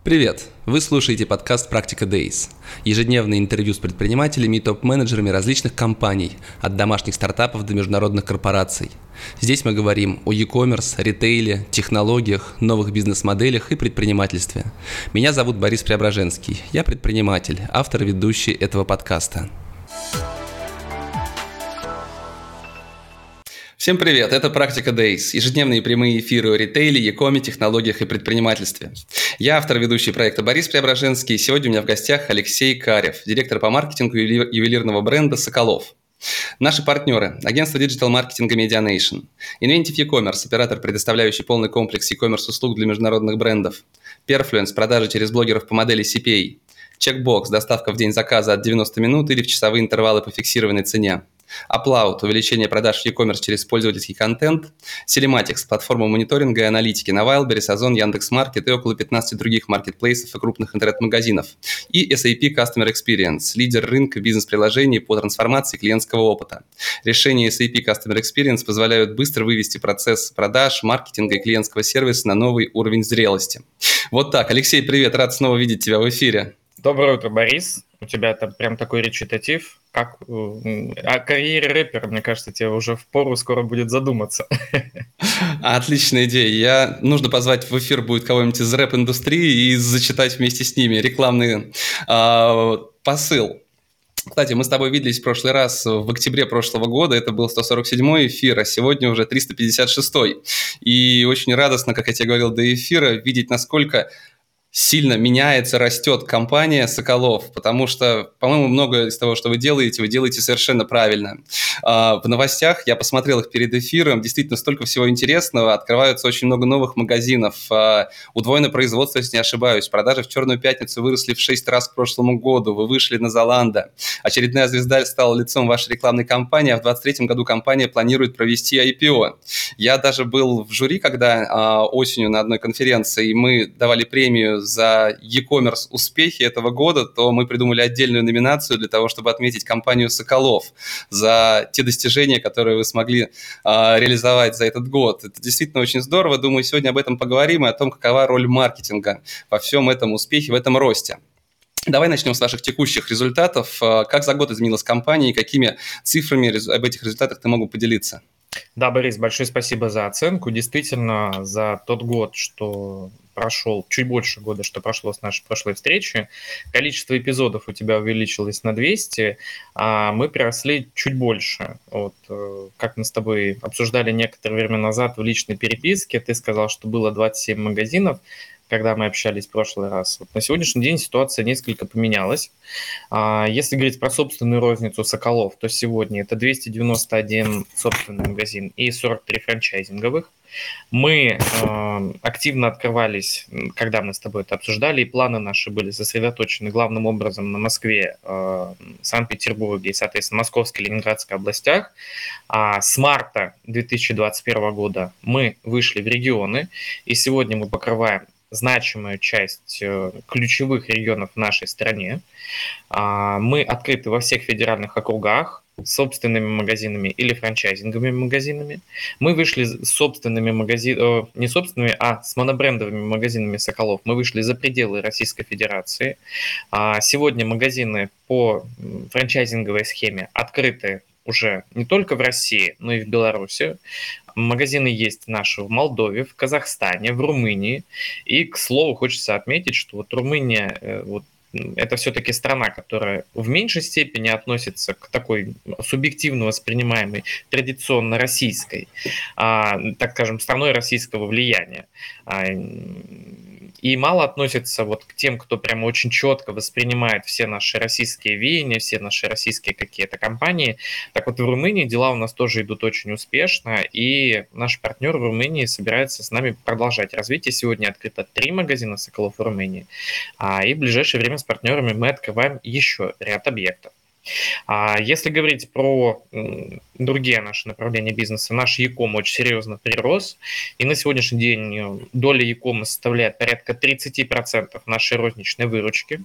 Привет! Вы слушаете подкаст «Практика Days». Ежедневное интервью с предпринимателями и топ-менеджерами различных компаний, от домашних стартапов до международных корпораций. Здесь мы говорим о e-commerce, ритейле, технологиях, новых бизнес-моделях и предпринимательстве. Меня зовут Борис Преображенский. Я предприниматель, автор и ведущий этого подкаста. Всем привет, это «Практика Days», ежедневные прямые эфиры о ритейле, e-коме, технологиях и предпринимательстве. Я автор и ведущий проекта Борис Преображенский, и сегодня у меня в гостях Алексей Карев, директор по маркетингу ювелирного бренда «Соколов». Наши партнеры – агентство диджитал-маркетинга Medianation, Inventive e-commerce, оператор, предоставляющий полный комплекс e-commerce услуг для международных брендов, Perfluence, продажи через блогеров по модели CPA, Checkbox, доставка в день заказа от 90 минут или в часовые интервалы по фиксированной цене, Upload – увеличение продаж в e-commerce через пользовательский контент, Telematics – платформа мониторинга и аналитики на Wildberries, Озон, Яндекс.Маркет и около 15 других маркетплейсов и крупных интернет-магазинов, и SAP Customer Experience – лидер рынка бизнес-приложений по трансформации клиентского опыта. Решения SAP Customer Experience позволяют быстро вывести процесс продаж, маркетинга и клиентского сервиса на новый уровень зрелости. Вот так. Алексей, привет, рад снова видеть тебя в эфире. Доброе утро, Борис. У тебя там прям такой речитатив, как о карьере рэпера, мне кажется, тебе уже впору скоро будет задуматься. Отличная идея. Нужно позвать в эфир будет кого-нибудь из рэп-индустрии и зачитать вместе с ними рекламный посыл. Кстати, мы с тобой виделись в прошлый раз в октябре прошлого года, это был 147-й эфир, а сегодня уже 356-й. И очень радостно, как я тебе говорил до эфира, видеть, насколько сильно меняется, растет компания «Соколов», потому что, по-моему, многое из того, что вы делаете совершенно правильно. В новостях, я посмотрел их перед эфиром, действительно столько всего интересного, открываются очень много новых магазинов, удвоено производство, если не ошибаюсь, продажи в «Черную пятницу» выросли в 6 раз к прошлому году, вы вышли на Zalando, очередная звезда стала лицом вашей рекламной кампании, а в 2023 году компания планирует провести IPO. Я даже был в жюри, когда осенью на одной конференции мы давали премию за e-commerce успехи этого года, то мы придумали отдельную номинацию для того, чтобы отметить компанию «Соколов» за те достижения, которые вы смогли реализовать за этот год. Это действительно очень здорово. Думаю, сегодня об этом поговорим и о том, какова роль маркетинга во всем этом успехе, в этом росте. Давай начнем с ваших текущих результатов. Как за год изменилась компания и какими цифрами об этих результатах ты мог поделиться? Да, Борис, большое спасибо за оценку. Действительно, за тот год, что прошел, чуть больше года, что прошло с нашей прошлой встречи, количество эпизодов у тебя увеличилось на 200, а мы приросли чуть больше. Вот, как мы с тобой обсуждали некоторое время назад в личной переписке, ты сказал, что было 27 магазинов, когда мы общались в прошлый раз. Вот на сегодняшний день ситуация несколько поменялась. Если говорить про собственную розницу «Соколов», то сегодня это 291 собственный магазин и 43 франчайзинговых. Мы активно открывались, когда мы с тобой это обсуждали, и планы наши были сосредоточены главным образом на Москве, Санкт-Петербурге и, соответственно, Московской и Ленинградской областях. С марта 2021 года мы вышли в регионы, и сегодня мы покрываем значимую часть ключевых регионов в нашей стране. Мы открыты во всех федеральных округах собственными магазинами или франчайзинговыми магазинами. Мы вышли с собственными магазинами, не собственными, а с монобрендовыми магазинами «Соколов». Мы вышли за пределы Российской Федерации. Сегодня магазины по франчайзинговой схеме открыты уже не только в России, но и в Беларуси. Магазины есть наши в Молдове, в Казахстане, в Румынии. И, к слову, хочется отметить, что вот Румыния, это все-таки страна, которая в меньшей степени относится к такой субъективно воспринимаемой традиционно российской, так скажем, страной российского влияния. И мало относится вот к тем, кто прямо очень четко воспринимает все наши российские веяния, все наши российские какие-то компании. Так вот, в Румынии дела у нас тоже идут очень успешно, и наш партнер в Румынии собирается с нами продолжать развитие. Сегодня открыто 3 магазина «Соколов» в Румынии, и в ближайшее время с партнерами мы открываем еще ряд объектов. Если говорить про другие наши направления бизнеса, наш e-com очень серьезно прирос, и на сегодняшний день доля e-com составляет порядка 30% нашей розничной выручки.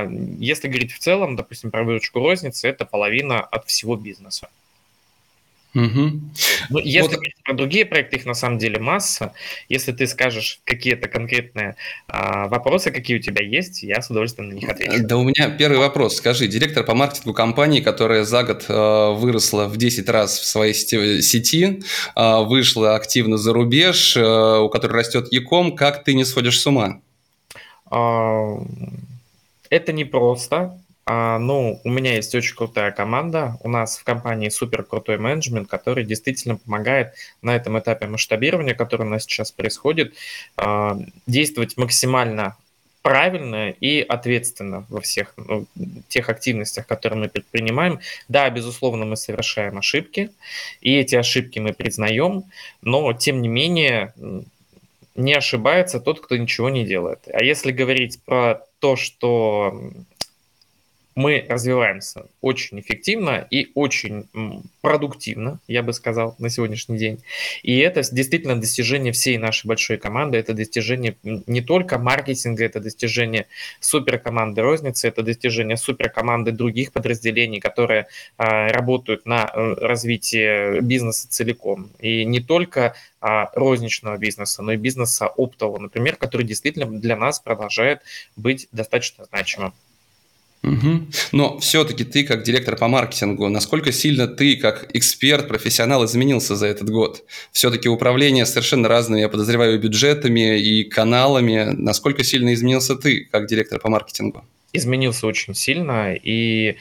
Если говорить в целом, допустим, про выручку розницы, это половина от всего бизнеса. Мгм. Ну, если Вот, говорить про другие проекты, их на самом деле масса. Если ты скажешь какие-то конкретные вопросы, какие у тебя есть, я с удовольствием на них отвечу. да у меня первый вопрос. Скажи, директор по маркетингу компании, которая за год выросла в 10 раз в своей сети, вышла активно за рубеж, у которой растет e-com, как ты не сходишь с ума? А, Это непросто. Ну, у меня есть очень крутая команда. У нас в компании супер крутой менеджмент, который действительно помогает на этом этапе масштабирования, который у нас сейчас происходит, действовать максимально правильно и ответственно во всех тех активностях, которые мы предпринимаем. Да, безусловно, мы совершаем ошибки, и эти ошибки мы признаем, но тем не менее не ошибается тот, кто ничего не делает. А если говорить про то, что мы развиваемся очень эффективно и очень продуктивно, я бы сказал, на сегодняшний день. И это действительно достижение всей нашей большой команды. Это достижение не только маркетинга, это достижение суперкоманды розницы, это достижение суперкоманды других подразделений, которые работают на развитие бизнеса целиком. И не только розничного бизнеса, но и бизнеса оптового, например, который действительно для нас продолжает быть достаточно значимым. Мгм. Но все-таки ты, как директор по маркетингу, насколько сильно ты, как эксперт, профессионал, изменился за этот год? Все-таки управление совершенно разными, я подозреваю, бюджетами и каналами. Насколько сильно изменился ты, как директор по маркетингу? Изменился очень сильно, и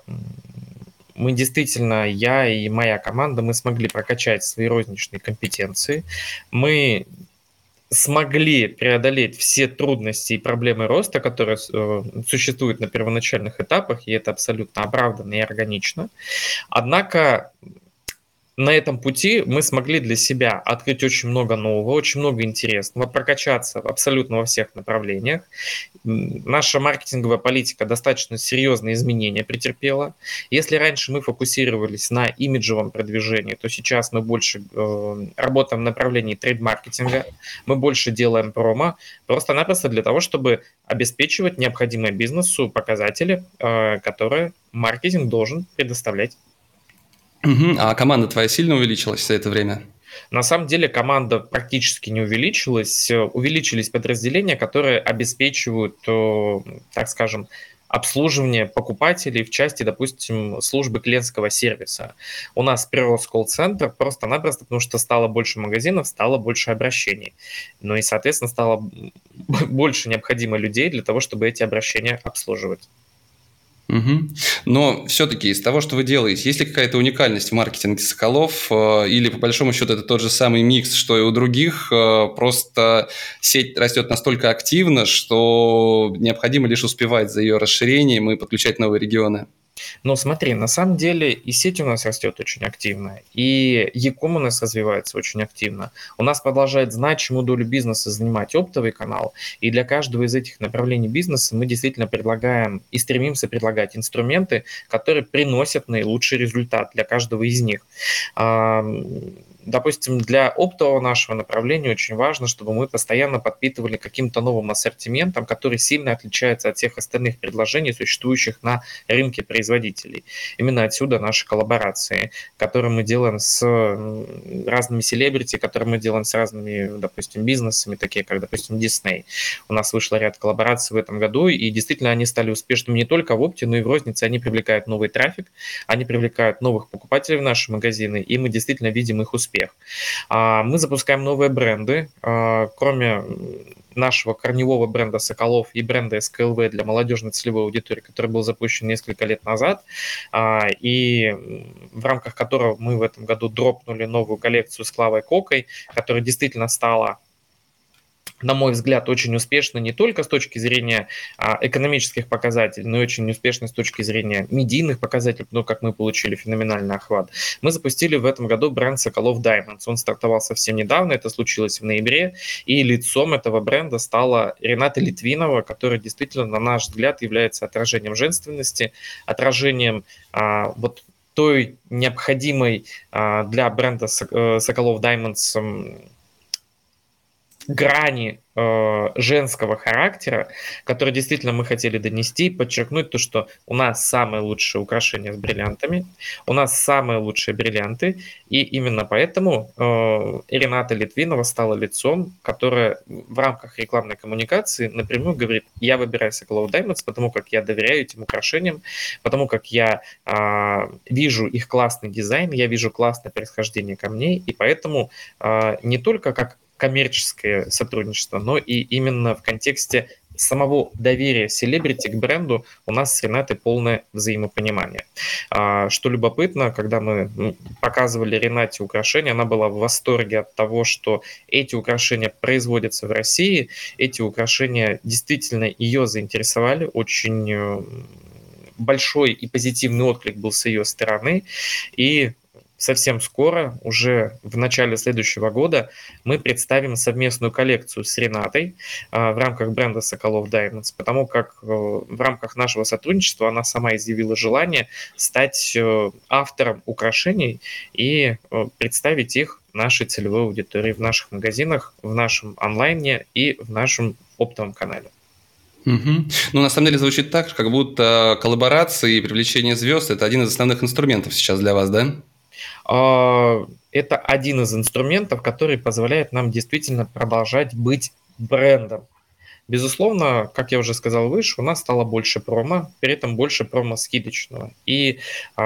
мы действительно, я и моя команда, мы смогли прокачать свои розничные компетенции, мы смогли преодолеть все трудности и проблемы роста, которые существуют на первоначальных этапах, и это абсолютно оправданно и органично. Однако на этом пути мы смогли для себя открыть очень много нового, очень много интересного, прокачаться абсолютно во всех направлениях. Наша маркетинговая политика достаточно серьезные изменения претерпела. Если раньше мы фокусировались на имиджевом продвижении, то сейчас мы больше работаем в направлении трейд-маркетинга, мы больше делаем промо, просто-напросто для того, чтобы обеспечивать необходимые бизнесу показатели, которые маркетинг должен предоставлять. Мгм. А команда твоя сильно увеличилась за это время? На самом деле команда практически не увеличилась. Увеличились подразделения, которые обеспечивают, так скажем, обслуживание покупателей в части, допустим, службы клиентского сервиса. У нас прирос колл-центр просто-напросто, потому что стало больше магазинов, стало больше обращений. Ну и, соответственно, стало больше необходимо людей для того, чтобы эти обращения обслуживать. Мгм. Но все-таки из того, что вы делаете, есть ли какая-то уникальность в маркетинге Соколов, или по большому счету это тот же самый микс, что и у других, просто сеть растет настолько активно, что необходимо лишь успевать за ее расширением и подключать новые регионы? Но смотри, на самом деле и сеть у нас растет очень активно, и e-com у нас развивается очень активно. У нас продолжает значимую долю бизнеса занимать оптовый канал, и для каждого из этих направлений бизнеса мы действительно предлагаем и стремимся предлагать инструменты, которые приносят наилучший результат для каждого из них. Допустим, для оптового нашего направления очень важно, чтобы мы постоянно подпитывали каким-то новым ассортиментом, который сильно отличается от всех остальных предложений, существующих на рынке производителей. Именно отсюда наши коллаборации, которые мы делаем с разными селебрити, которые мы делаем с разными, допустим, бизнесами, такие как, допустим, Disney. У нас вышло ряд коллабораций в этом году, и действительно они стали успешными не только в опте, но и в рознице. Они привлекают новый трафик, они привлекают новых покупателей в наши магазины, и мы действительно видим их успех. Мы запускаем новые бренды, кроме нашего корневого бренда «Соколов» и бренда СКЛВ для молодежной целевой аудитории, который был запущен несколько лет назад, и в рамках которого мы в этом году дропнули новую коллекцию с Клавой Кокой, которая действительно стала, на мой взгляд, очень успешно не только с точки зрения экономических показателей, но и очень успешно с точки зрения медийных показателей, ну, как мы получили феноменальный охват. Мы запустили в этом году бренд Соколов Diamonds. Он стартовал совсем недавно, это случилось в ноябре, и лицом этого бренда стала Рената Литвинова, которая действительно, на наш взгляд, является отражением женственности, отражением вот той необходимой для бренда Соколов Diamonds грани женского характера, которые действительно мы хотели донести, подчеркнуть то, что у нас самые лучшие украшения с бриллиантами, у нас самые лучшие бриллианты, и именно поэтому Рената Литвинова стала лицом, которое в рамках рекламной коммуникации напрямую говорит: я выбираю Sokolow Diamonds, потому как я доверяю этим украшениям, потому как я вижу их классный дизайн, я вижу классное происхождение камней, и поэтому не только как коммерческое сотрудничество, но и именно в контексте самого доверия селебрити к бренду у нас с Ренатой полное взаимопонимание. Что любопытно, когда мы показывали Ренате украшения, она была в восторге от того, что эти украшения производятся в России, эти украшения действительно ее заинтересовали, очень большой и позитивный отклик был с ее стороны, и совсем скоро, уже в начале следующего года, мы представим совместную коллекцию с Ренатой в рамках бренда Sokolow Diamonds, потому как в рамках нашего сотрудничества она сама изъявила желание стать автором украшений и представить их нашей целевой аудитории в наших магазинах, в нашем онлайне и в нашем оптовом канале. Ну, на самом деле звучит так, как будто коллаборации и привлечение звезд – это один из основных инструментов сейчас для вас, да? Это один из инструментов, который позволяет нам действительно продолжать быть брендом. Безусловно, как я уже сказал выше, у нас стало больше промо, при этом больше промо-скидочного. И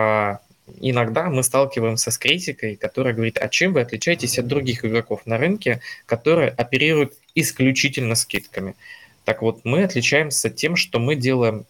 иногда мы сталкиваемся с критикой, которая говорит: а чем вы отличаетесь от других игроков на рынке, которые оперируют исключительно скидками? Так вот, мы отличаемся тем, что мы делаем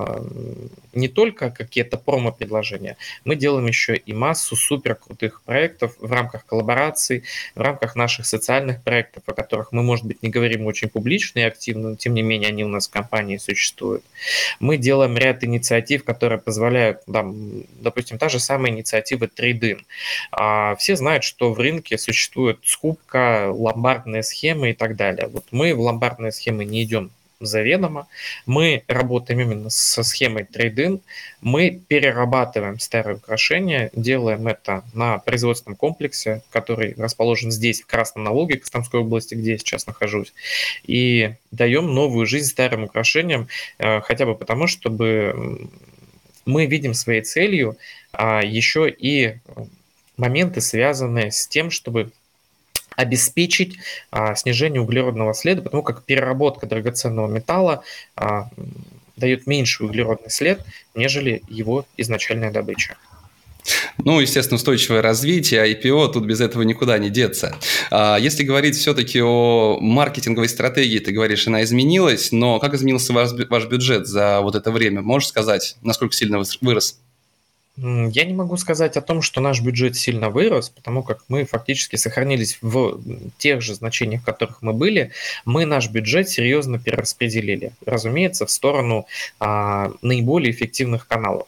не только какие-то промо-предложения, мы делаем еще и массу супер крутых проектов в рамках коллабораций, в рамках наших социальных проектов, о которых мы, может быть, не говорим очень публично и активно, но тем не менее они у нас в компании существуют. Мы делаем ряд инициатив, которые позволяют, допустим, та же самая инициатива Trade-in. Все знают, что в рынке существует скупка, ломбардные схемы и так далее. Вот мы в ломбардные схемы не идем заведомо. Мы работаем именно со схемой Trade-in. Мы перерабатываем старые украшения, делаем это на производственном комплексе, который расположен здесь, в Красном на Волге, Костромской области, где я сейчас нахожусь, и даем новую жизнь старым украшениям, хотя бы потому, чтобы мы видим своей целью еще и моменты, связанные с тем, чтобы обеспечить снижение углеродного следа, потому как переработка драгоценного металла дает меньший углеродный след, нежели его изначальная добыча. Ну, естественно, устойчивое развитие, IPO, тут без этого никуда не деться. Если говорить все-таки о маркетинговой стратегии, ты говоришь, она изменилась, но как изменился ваш бюджет за вот это время? Можешь сказать, насколько сильно вырос? Я не могу сказать о том, что наш бюджет сильно вырос, потому как мы фактически сохранились в тех же значениях, в которых мы были. Мы наш бюджет серьезно перераспределили, разумеется, в сторону наиболее эффективных каналов.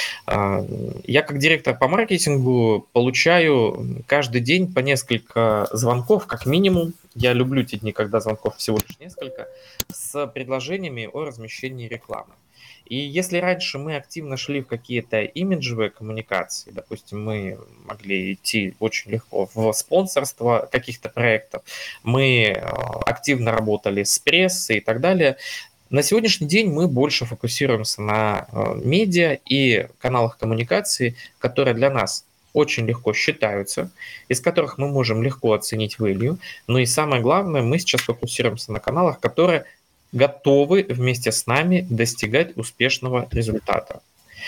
Я как директор по маркетингу получаю каждый день по несколько звонков, как минимум. Я люблю те дни, когда звонков всего лишь несколько, с предложениями о размещении рекламы. И если раньше мы активно шли в какие-то имиджевые коммуникации, допустим, мы могли идти очень легко в спонсорство каких-то проектов, мы активно работали с прессой и так далее, на сегодняшний день мы больше фокусируемся на медиа и каналах коммуникации, которые для нас очень легко считаются, из которых мы можем легко оценить value. Но и самое главное, мы сейчас фокусируемся на каналах, которые готовы вместе с нами достигать успешного результата.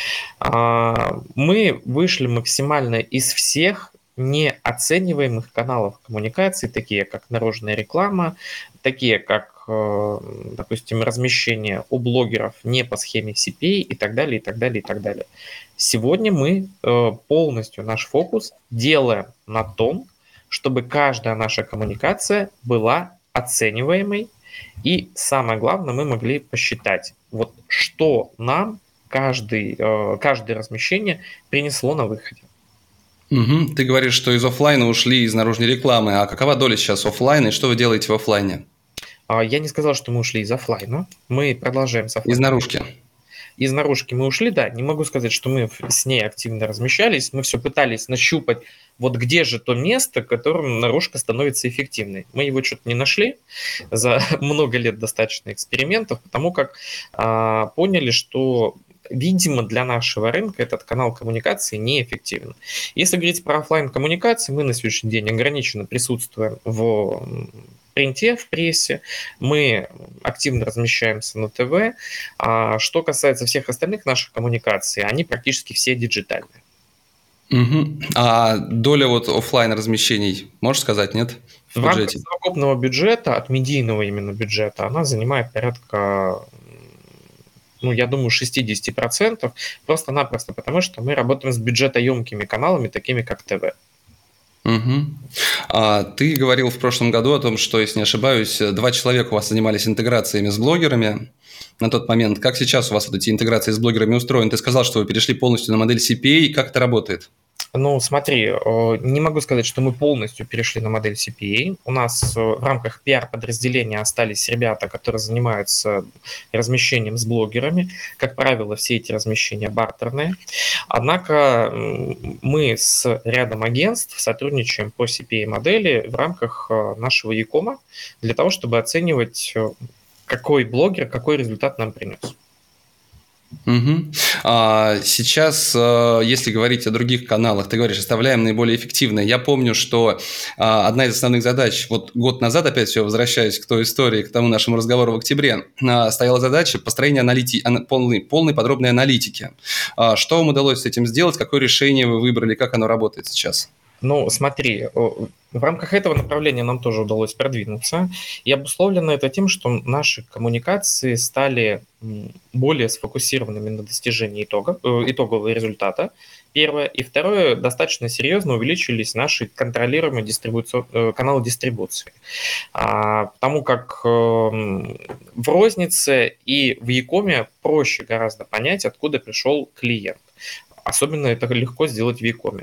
Мы вышли максимально из всех неоцениваемых каналов коммуникации, такие как наружная реклама, такие как, допустим, размещение у блогеров не по схеме CPA и так далее, и так далее, и так далее. Сегодня мы полностью наш фокус делаем на том, чтобы каждая наша коммуникация была оцениваемой, и самое главное, мы могли посчитать, вот что нам каждое размещение принесло на выходе. Угу. Ты говоришь, что из офлайна ушли из наружной рекламы. А какова доля сейчас офлайна и что вы делаете в офлайне? Я не сказал, что мы ушли из офлайна. Мы продолжаем с офлайна. Из наружки. из наружки мы ушли, да, не могу сказать, что мы с ней активно размещались, мы все пытались нащупать, вот где же то место, которым наружка становится эффективной. Мы его что-то не нашли за много лет достаточно экспериментов, потому как поняли, что видимо, для нашего рынка этот канал коммуникации неэффективен. Если говорить про офлайн коммуникации, мы на сегодняшний день ограниченно присутствуем в принте, в прессе, мы активно размещаемся на ТВ. А что касается всех остальных наших коммуникаций, они практически все диджитальные. Угу. А доля вот офлайн размещений, можешь сказать, нет? В рамках совокупного бюджета, от медийного именно бюджета, она занимает порядка, я думаю, 60%, просто-напросто потому, что мы работаем с бюджетоемкими каналами, такими как ТВ. Угу. Ты говорил в прошлом году о том, что, если не ошибаюсь, 2 человека у вас занимались интеграциями с блогерами на тот момент. Как сейчас у вас вот эти интеграции с блогерами устроены? Ты сказал, что вы перешли полностью на модель CPA. Как это работает? Смотри, не могу сказать, что мы полностью перешли на модель CPA. У нас в рамках PR-подразделения остались ребята, которые занимаются размещением с блогерами. Как правило, все эти размещения бартерные. Однако мы с рядом агентств сотрудничаем по CPA-модели в рамках нашего e-com для того, чтобы оценивать, какой блогер, какой результат нам принес. Угу. Сейчас, если говорить о других каналах, ты говоришь, оставляем наиболее эффективные. Я помню, что одна из основных задач, вот год назад, опять все возвращаясь к той истории, к тому нашему разговору в октябре, стояла задача построения полной подробной аналитики. Что вам удалось с этим сделать? Какое решение вы выбрали? Как оно работает сейчас? Смотри, в рамках этого направления нам тоже удалось продвинуться. И обусловлено это тем, что наши коммуникации стали более сфокусированными на достижении итогового результата. Первое. И второе, достаточно серьезно увеличились наши контролируемые каналы дистрибуции. Потому как в рознице и в e-com проще гораздо понять, откуда пришел клиент. Особенно это легко сделать в e-com.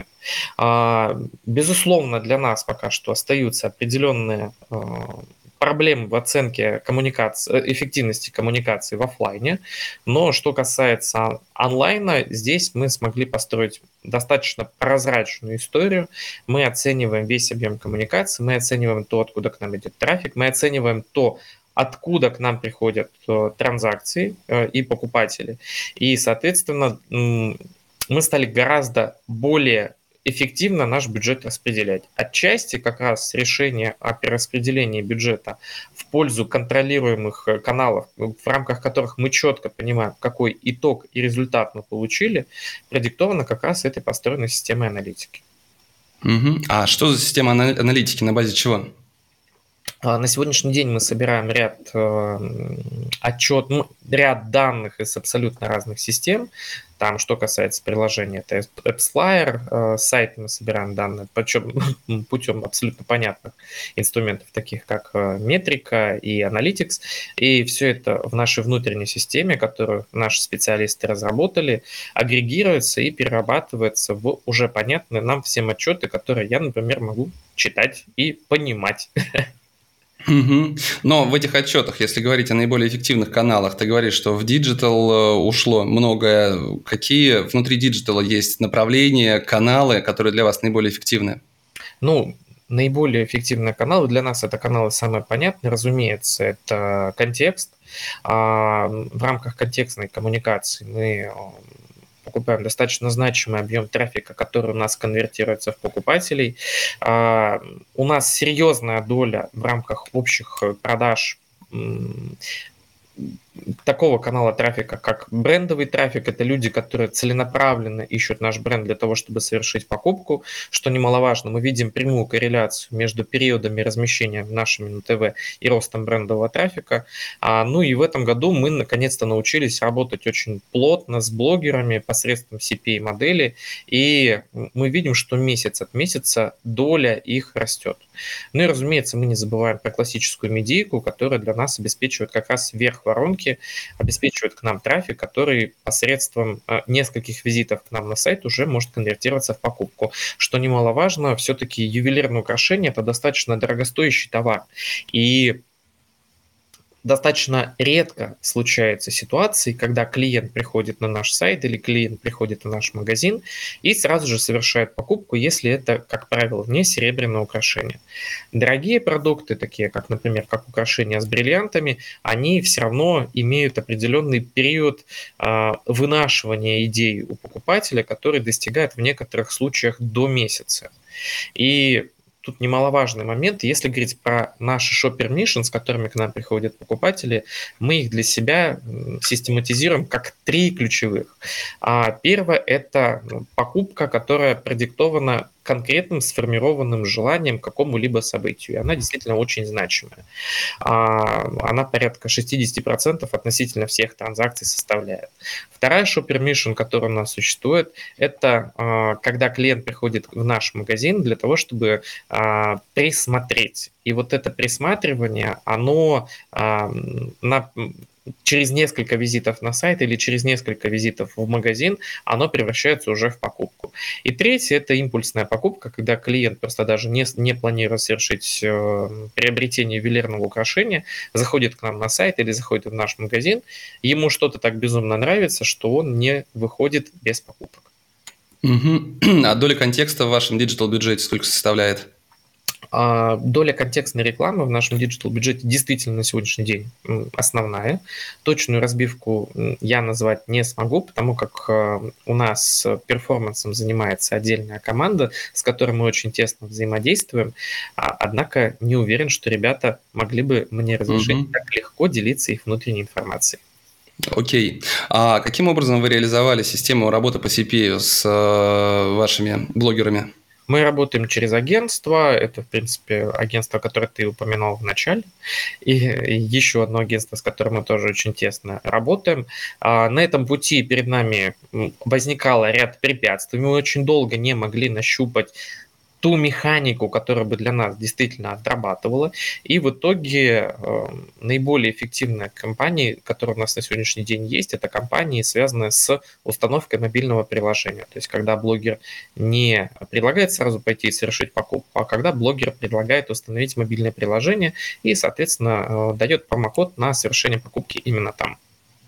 Безусловно, для нас пока что остаются определенные проблемы в оценке эффективности коммуникации в офлайне. Но что касается онлайна, здесь мы смогли построить достаточно прозрачную историю. Мы оцениваем весь объем коммуникации, мы оцениваем то, откуда к нам идет трафик, мы оцениваем то, откуда к нам приходят транзакции и покупатели. И, соответственно, мы стали гораздо более эффективно наш бюджет распределять. Отчасти как раз решение о перераспределении бюджета в пользу контролируемых каналов, в рамках которых мы четко понимаем, какой итог и результат мы получили, продиктовано как раз этой построенной системой аналитики. Угу. А что за система аналитики, на базе чего? На сегодняшний день мы собираем ряд данных из абсолютно разных систем. Там, что касается приложения, это AppsFlyer, сайт мы собираем данные, причем путем абсолютно понятных инструментов, таких как метрика и Analytics. И все это в нашей внутренней системе, которую наши специалисты разработали, агрегируется и перерабатывается в уже понятные нам всем отчеты, которые я, например, могу читать и понимать. Угу. Но в этих отчетах, если говорить о наиболее эффективных каналах, ты говоришь, что в диджитал ушло многое. Какие внутри диджитала есть направления, каналы, которые для вас наиболее эффективны? Наиболее эффективные каналы для нас это каналы самые понятные, разумеется, это контекст. В рамках контекстной коммуникации мы покупаем достаточно значимый объем трафика, который у нас конвертируется в покупателей. У нас серьезная доля в рамках общих продаж такого канала трафика, как брендовый трафик. Это люди, которые целенаправленно ищут наш бренд для того, чтобы совершить покупку. Что немаловажно, мы видим прямую корреляцию между периодами размещения нашими на ТВ и ростом брендового трафика. И в этом году мы наконец-то научились работать очень плотно с блогерами посредством CPA-модели, и мы видим, что месяц от месяца доля их растет. И, разумеется, мы не забываем про классическую медийку, которая для нас обеспечивает как раз верх воронки, обеспечивает к нам трафик, который посредством нескольких визитов к нам на сайт уже может конвертироваться в покупку. Что немаловажно, все-таки ювелирное украшение – это достаточно дорогостоящий товар. И Достаточно редко случаются ситуации, когда клиент приходит на наш сайт или клиент приходит в наш магазин и сразу же совершает покупку, если это, как правило, не серебряное украшение. Дорогие продукты, такие как, например, как украшения с бриллиантами, они все равно имеют определенный период вынашивания идей у покупателя, который достигает в некоторых случаях до месяца. И тут немаловажный момент. Если говорить про наши shopper mission, с которыми к нам приходят покупатели, мы их для себя систематизируем как 3 ключевых. Первое – это покупка, которая продиктована конкретным сформированным желанием к какому-либо событию. И она действительно очень значимая. Она порядка 60% относительно всех транзакций составляет. Вторая shopper mission, которая у нас существует, это когда клиент приходит в наш магазин для того, чтобы присмотреть. И вот это присматривание, оно через несколько визитов на сайт или через несколько визитов в магазин, оно превращается уже в покупку. И третье – это импульсная покупка, когда клиент, просто даже не планируя совершить приобретение ювелирного украшения, заходит к нам на сайт или заходит в наш магазин, ему что-то так безумно нравится, что он не выходит без покупок. А доля контекста в вашем диджитал-бюджете сколько составляет? Доля контекстной рекламы в нашем диджитал-бюджете действительно на сегодняшний день основная. Точную разбивку я назвать не смогу, потому как у нас перформансом занимается отдельная команда, с которой мы очень тесно взаимодействуем. Однако не уверен, что ребята могли бы мне разрешить так легко делиться их внутренней информацией. Окей. А каким образом вы реализовали систему работы по CPA с вашими блогерами? Мы работаем через агентство. Это, в принципе, агентство, которое ты упоминал в начале. И еще одно агентство, с которым мы тоже очень тесно работаем. На этом пути перед нами возникал ряд препятствий. Мы очень долго не могли нащупать ту механику, которая бы для нас действительно отрабатывала. И в итоге наиболее эффективная компания, которая у нас на сегодняшний день есть, это компании, связанные с установкой мобильного приложения. То есть когда блогер не предлагает сразу пойти и совершить покупку, а когда блогер предлагает установить мобильное приложение и, соответственно, дает промокод на совершение покупки именно там.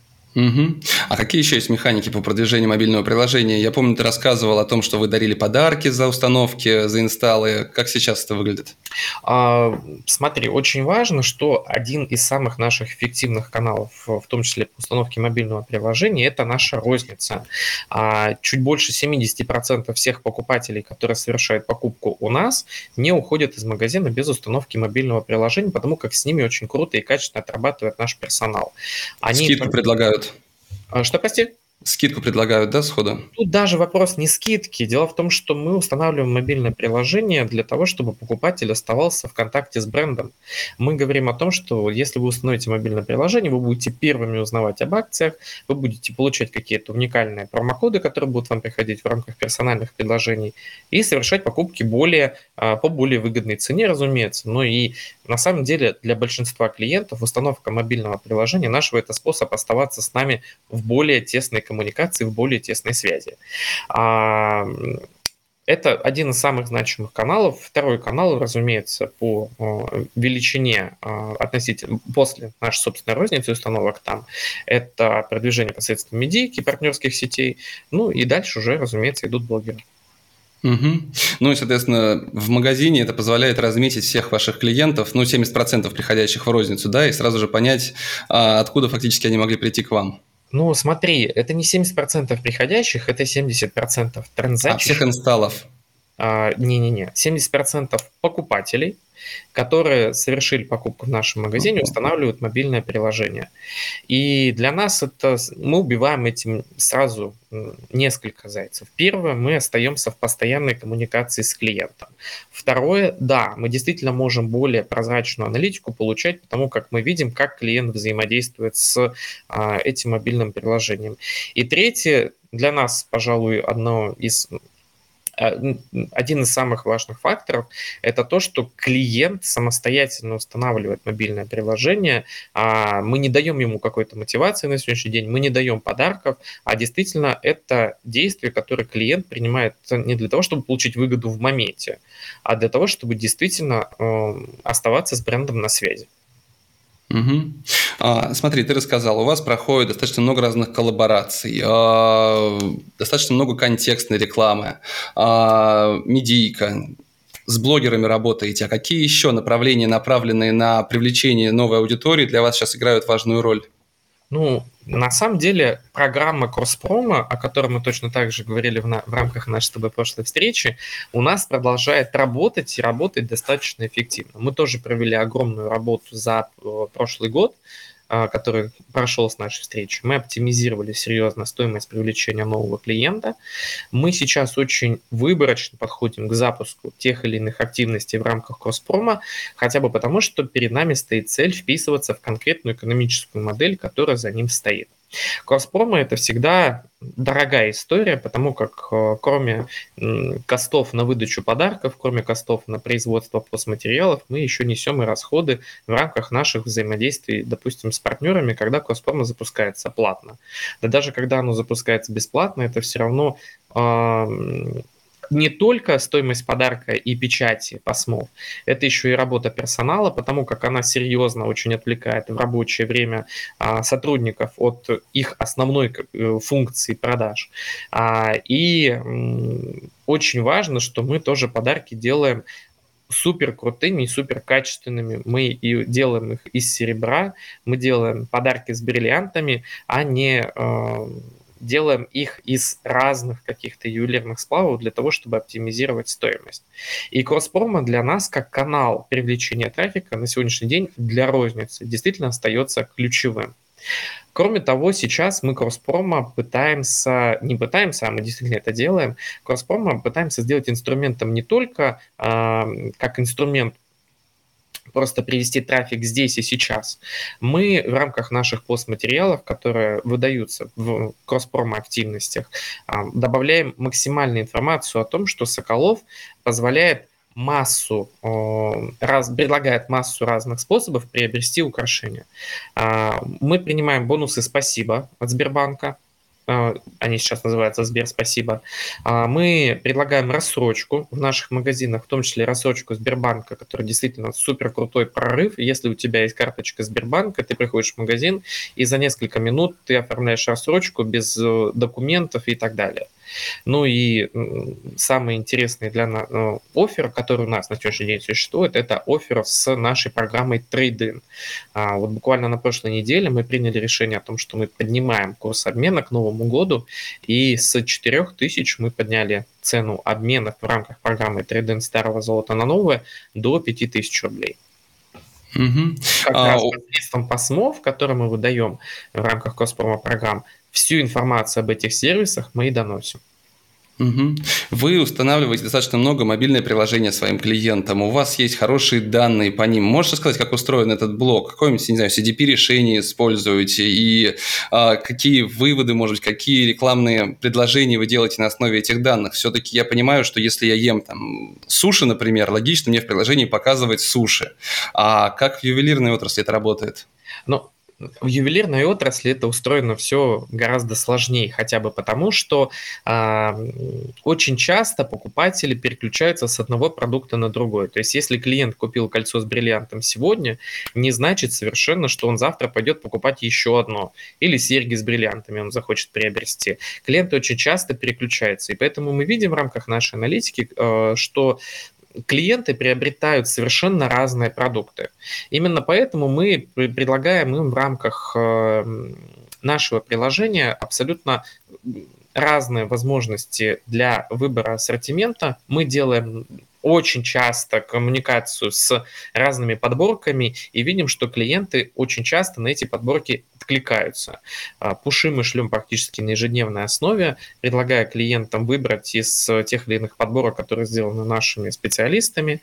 А какие еще есть механики по продвижению мобильного приложения? Я помню, ты рассказывал о том, что вы дарили подарки за установки, за инсталлы. Как сейчас это выглядит? Смотри, очень важно, что один из самых наших эффективных каналов, в том числе по установке мобильного приложения, это наша розница. Чуть больше 70% всех покупателей, которые совершают покупку у нас, не уходят из магазина без установки мобильного приложения, потому как с ними очень круто и качественно отрабатывает наш персонал. Скидку предлагают. Что, прости? Скидку предлагают, да, сходу? Тут даже вопрос не скидки. Дело в том, что мы устанавливаем мобильное приложение для того, чтобы покупатель оставался в контакте с брендом. Мы говорим о том, что если вы установите мобильное приложение, вы будете первыми узнавать об акциях, вы будете получать какие-то уникальные промокоды, которые будут вам приходить в рамках персональных предложений, и совершать покупки по более выгодной цене, разумеется. Но и на самом деле для большинства клиентов установка мобильного приложения нашего – это способ оставаться с нами в более тесной коммуникации, в более тесной связи. Это один из самых значимых каналов. Второй канал, разумеется, по величине относительно после нашей собственной розницы установок там, это продвижение посредством медийки, партнерских сетей. Ну и дальше уже, разумеется, идут блогеры. Ну и, соответственно, в магазине это позволяет разметить всех ваших клиентов, 70% приходящих в розницу, да, и сразу же понять, откуда фактически они могли прийти к вам. Ну, смотри, это не 70% приходящих, это 70% транзакций. Всех инсталлов? Не-не-не, 70% покупателей, которые совершили покупку в нашем магазине, устанавливают мобильное приложение. И для нас мы убиваем этим сразу несколько зайцев. Первое, мы остаемся в постоянной коммуникации с клиентом. Второе, да, мы действительно можем более прозрачную аналитику получать, потому как мы видим, как клиент взаимодействует с этим мобильным приложением. И третье, для нас, пожалуй, один из самых важных факторов – это то, что клиент самостоятельно устанавливает мобильное приложение. Мы не даем ему какой-то мотивации на сегодняшний день, мы не даем подарков, а действительно это действие, которое клиент принимает не для того, чтобы получить выгоду в моменте, а для того, чтобы действительно оставаться с брендом на связи. Мгм. Смотри, ты рассказал, у вас проходит достаточно много разных коллабораций, достаточно много контекстной рекламы, медийка, с блогерами работаете. А какие еще направления, направленные на привлечение новой аудитории, для вас сейчас играют важную роль? Ну, на самом деле, программа Кроспрома, о которой мы точно так же говорили в рамках нашей с тобой прошлой встречи, у нас продолжает работать и работать достаточно эффективно. Мы тоже провели огромную работу за прошлый год, который прошел с нашей встречи. Мы оптимизировали серьезно стоимость привлечения нового клиента. Мы сейчас очень выборочно подходим к запуску тех или иных активностей в рамках Кроспрома, хотя бы потому, что перед нами стоит цель вписываться в конкретную экономическую модель, которая за ним стоит. Кроспромо – это всегда дорогая история, потому как кроме костов на выдачу подарков, кроме костов на производство постматериалов, мы еще несем и расходы в рамках наших взаимодействий, допустим, с партнерами, когда Кроспромо запускается платно. Да даже когда оно запускается бесплатно, это все равно не только стоимость подарка и печати пасмов, это еще и работа персонала, потому как она серьезно очень отвлекает в рабочее время сотрудников от их основной функции продаж. И очень важно, что мы тоже подарки делаем супер крутыми и супер качественными. Мы и делаем их из серебра, мы делаем подарки с бриллиантами, а не делаем их из разных каких-то ювелирных сплавов для того, чтобы оптимизировать стоимость. И Кроспромо для нас, как канал привлечения трафика на сегодняшний день для розницы, действительно остается ключевым. Кроме того, сейчас мы Кроспромо не пытаемся, а мы действительно это делаем, Кроспромо пытаемся сделать инструментом не только как инструмент просто привести трафик здесь и сейчас. Мы в рамках наших постматериалов, которые выдаются в Кроспромо активностях, добавляем максимальную информацию о том, что Соколов позволяет предлагает массу разных способов приобрести украшения. Мы принимаем бонусы «Спасибо» от Сбербанка. Они сейчас называются «Сбер, спасибо». Мы предлагаем рассрочку в наших магазинах, в том числе рассрочку Сбербанка, который действительно супер крутой прорыв. Если у тебя есть карточка Сбербанка, ты приходишь в магазин, и за несколько минут ты оформляешь рассрочку без документов и так далее. Ну и самый интересный для нас оффер, который у нас на сегодняшний день существует, это оффер с нашей программой Trade-in. Вот буквально на прошлой неделе мы приняли решение о том, что мы поднимаем курс обмена к Новому году, и с 4000 мы подняли цену обмена в рамках программы Trade-in старого золота на новое до 5000 рублей. Угу. Как раз посредством пасмов, которые мы выдаем в рамках Кроспромо программ, всю информацию об этих сервисах мы и доносим. Угу. Вы устанавливаете достаточно много мобильное приложение своим клиентам, у вас есть хорошие данные по ним. Можете сказать, как устроен этот блок? Какое-нибудь, не знаю, CDP-решение используете? И какие выводы, может быть, какие рекламные предложения вы делаете на основе этих данных? Все-таки я понимаю, что если я ем там суши, например, логично мне в приложении показывать суши. А как в ювелирной отрасли это работает? Ну, в ювелирной отрасли это устроено все гораздо сложнее, хотя бы потому, что очень часто покупатели переключаются с одного продукта на другой. То есть, если клиент купил кольцо с бриллиантом сегодня, не значит совершенно, что он завтра пойдет покупать еще одно. Или серьги с бриллиантами он захочет приобрести. Клиенты очень часто переключаются. И поэтому мы видим в рамках нашей аналитики, что клиенты приобретают совершенно разные продукты. Именно поэтому мы предлагаем им в рамках нашего приложения абсолютно разные возможности для выбора ассортимента. Мы делаем очень часто коммуникацию с разными подборками и видим, что клиенты очень часто на эти подборки откликаются. Пуши мы шлем практически на ежедневной основе, предлагая клиентам выбрать из тех или иных подборок, которые сделаны нашими специалистами.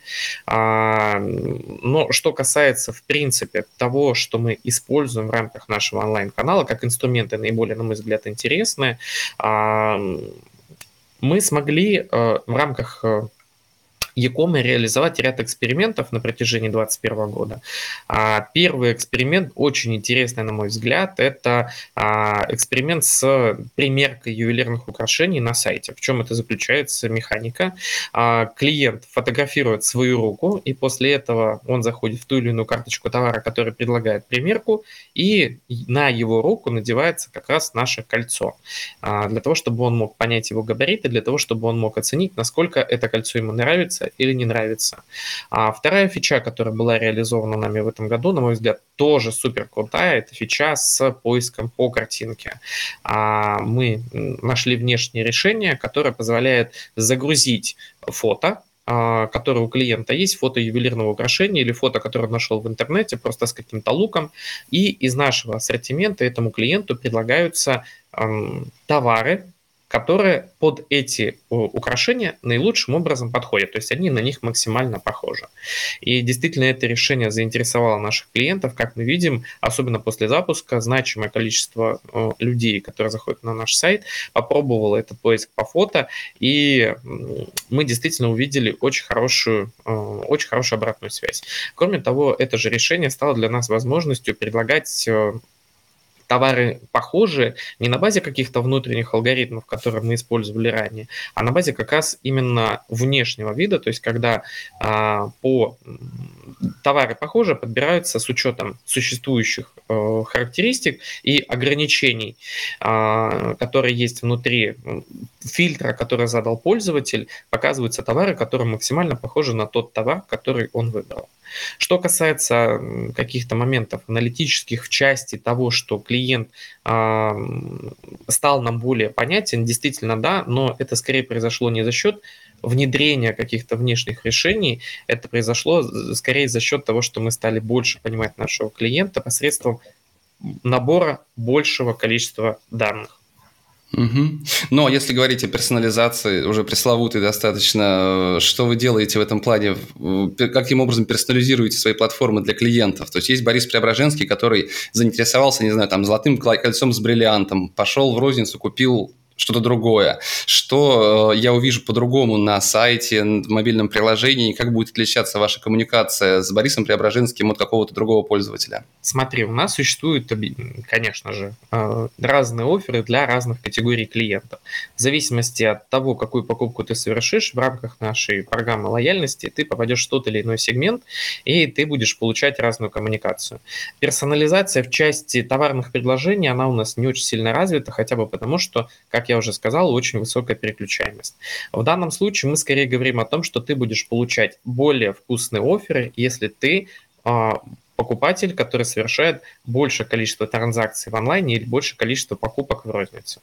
Но что касается, в принципе, того, что мы используем в рамках нашего онлайн-канала, как инструменты наиболее, на мой взгляд, интересные, мы смогли в рамках e-commerce реализовать ряд экспериментов на протяжении 2021 года. Первый эксперимент, очень интересный, на мой взгляд, это эксперимент с примеркой ювелирных украшений на сайте. В чем это заключается механика? Клиент фотографирует свою руку, и после этого он заходит в ту или иную карточку товара, который предлагает примерку, и на его руку надевается как раз наше кольцо. Для того, чтобы он мог понять его габариты, для того, чтобы он мог оценить, насколько это кольцо ему нравится или не нравится. Вторая фича, которая была реализована нами в этом году, на мой взгляд, тоже супер крутая, это фича с поиском по картинке. Мы нашли внешнее решение, которое позволяет загрузить фото, которое у клиента есть, фото ювелирного украшения или фото, которое он нашел в интернете, просто с каким-то луком, и из нашего ассортимента этому клиенту предлагаются товары, которые под эти украшения наилучшим образом подходят, то есть они на них максимально похожи. И действительно это решение заинтересовало наших клиентов, как мы видим, особенно после запуска, значимое количество людей, которые заходят на наш сайт, попробовало этот поиск по фото, и мы действительно увидели очень хорошую обратную связь. Кроме того, это же решение стало для нас возможностью предлагать товары похожие не на базе каких-то внутренних алгоритмов, которые мы использовали ранее, а на базе как раз именно внешнего вида, то есть когда товары похожие подбираются с учетом существующих характеристик и ограничений, которые есть внутри фильтра, который задал пользователь, показываются товары, которые максимально похожи на тот товар, который он выбрал. Что касается каких-то моментов аналитических в части того, что клиент стал нам более понятен, действительно да, но это скорее произошло не за счет внедрения каких-то внешних решений, это произошло скорее за счет того, что мы стали больше понимать нашего клиента посредством набора большего количества данных. Угу. Но если говорить о персонализации, уже пресловутой достаточно, что вы делаете в этом плане? Каким образом персонализируете свои платформы для клиентов? То есть есть Борис Преображенский, который заинтересовался, не знаю, там, золотым кольцом с бриллиантом, пошел в розницу, купил что-то другое. Что я увижу по-другому на сайте, в мобильном приложении, как будет отличаться ваша коммуникация с Борисом Преображенским от какого-то другого пользователя? Смотри, у нас существуют, конечно же, разные офферы для разных категорий клиентов. В зависимости от того, какую покупку ты совершишь в рамках нашей программы лояльности, ты попадешь в тот или иной сегмент, и ты будешь получать разную коммуникацию. Персонализация в части товарных предложений, она у нас не очень сильно развита, хотя бы потому, что, как я уже сказал, очень высокая переключаемость. В данном случае мы скорее говорим о том, что ты будешь получать более вкусные офферы, если ты покупатель, который совершает большее количество транзакций в онлайне или большее количество покупок в рознице.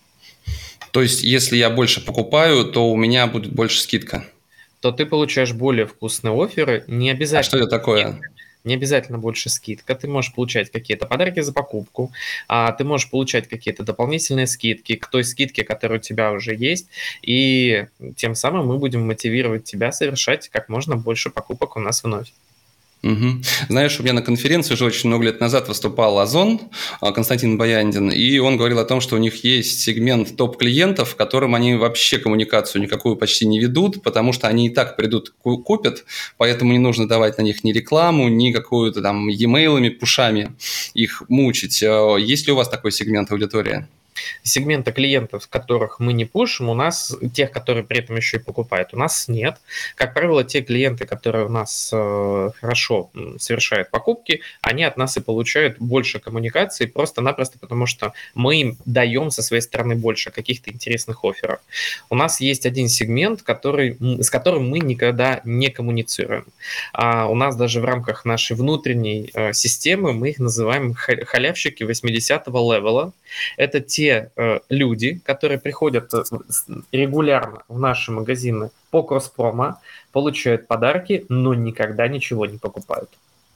То есть, если я больше покупаю, то у меня будет больше скидка? То ты получаешь более вкусные офферы, не обязательно. А что это такое? Не обязательно больше скидка, ты можешь получать какие-то подарки за покупку, ты можешь получать какие-то дополнительные скидки к той скидке, которая у тебя уже есть, и тем самым мы будем мотивировать тебя совершать как можно больше покупок у нас вновь. Угу. Знаешь, у меня на конференции уже очень много лет назад выступал Озон, Константин Баяндин, и он говорил о том, что у них есть сегмент топ-клиентов, которым они вообще коммуникацию никакую почти не ведут, потому что они и так придут, купят, поэтому не нужно давать на них ни рекламу, ни какую-то там e-mail'ами, пушами их мучить. Есть ли у вас такой сегмент аудитории? Сегмента клиентов, которых мы не пушим, у нас, тех, которые при этом еще и покупают, у нас нет. Как правило, те клиенты, которые у нас хорошо совершают покупки, они от нас и получают больше коммуникации, просто-напросто потому, что мы им даем со своей стороны больше каких-то интересных офферов. У нас есть один сегмент, с которым мы никогда не коммуницируем. У нас даже в рамках нашей внутренней системы мы их называем халявщики 80-го левела. Это те люди, которые приходят регулярно в наши магазины по кросс-промо, получают подарки, но никогда ничего не покупают.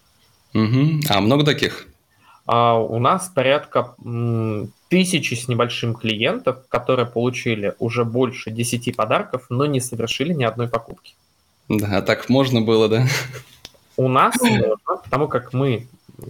Угу. А много таких? У нас порядка 1000 с небольшим клиентов, которые получили уже больше 10 подарков, но не совершили ни одной покупки. Да, так можно было, да? У нас можно, потому как мы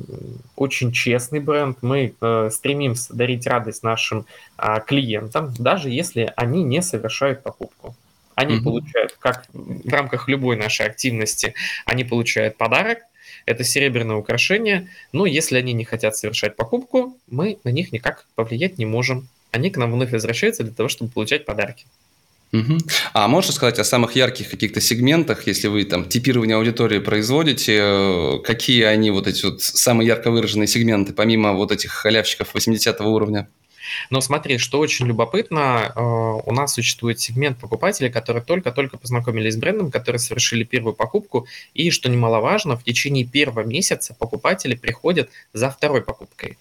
очень честный бренд, мы стремимся дарить радость нашим клиентам, даже если они не совершают покупку. Они получают, как в рамках любой нашей активности, они получают подарок, это серебряное украшение, но если они не хотят совершать покупку, мы на них никак повлиять не можем. Они к нам вновь возвращаются для того, чтобы получать подарки. Мгм. А можешь сказать о самых ярких каких-то сегментах, если вы там типирование аудитории производите, какие они вот эти вот самые ярко выраженные сегменты, помимо вот этих халявщиков 80-го уровня? Но смотри, что очень любопытно, у нас существует сегмент покупателей, которые только-только познакомились с брендом, которые совершили первую покупку, и, что немаловажно, в течение первого месяца покупатели приходят за второй покупкой.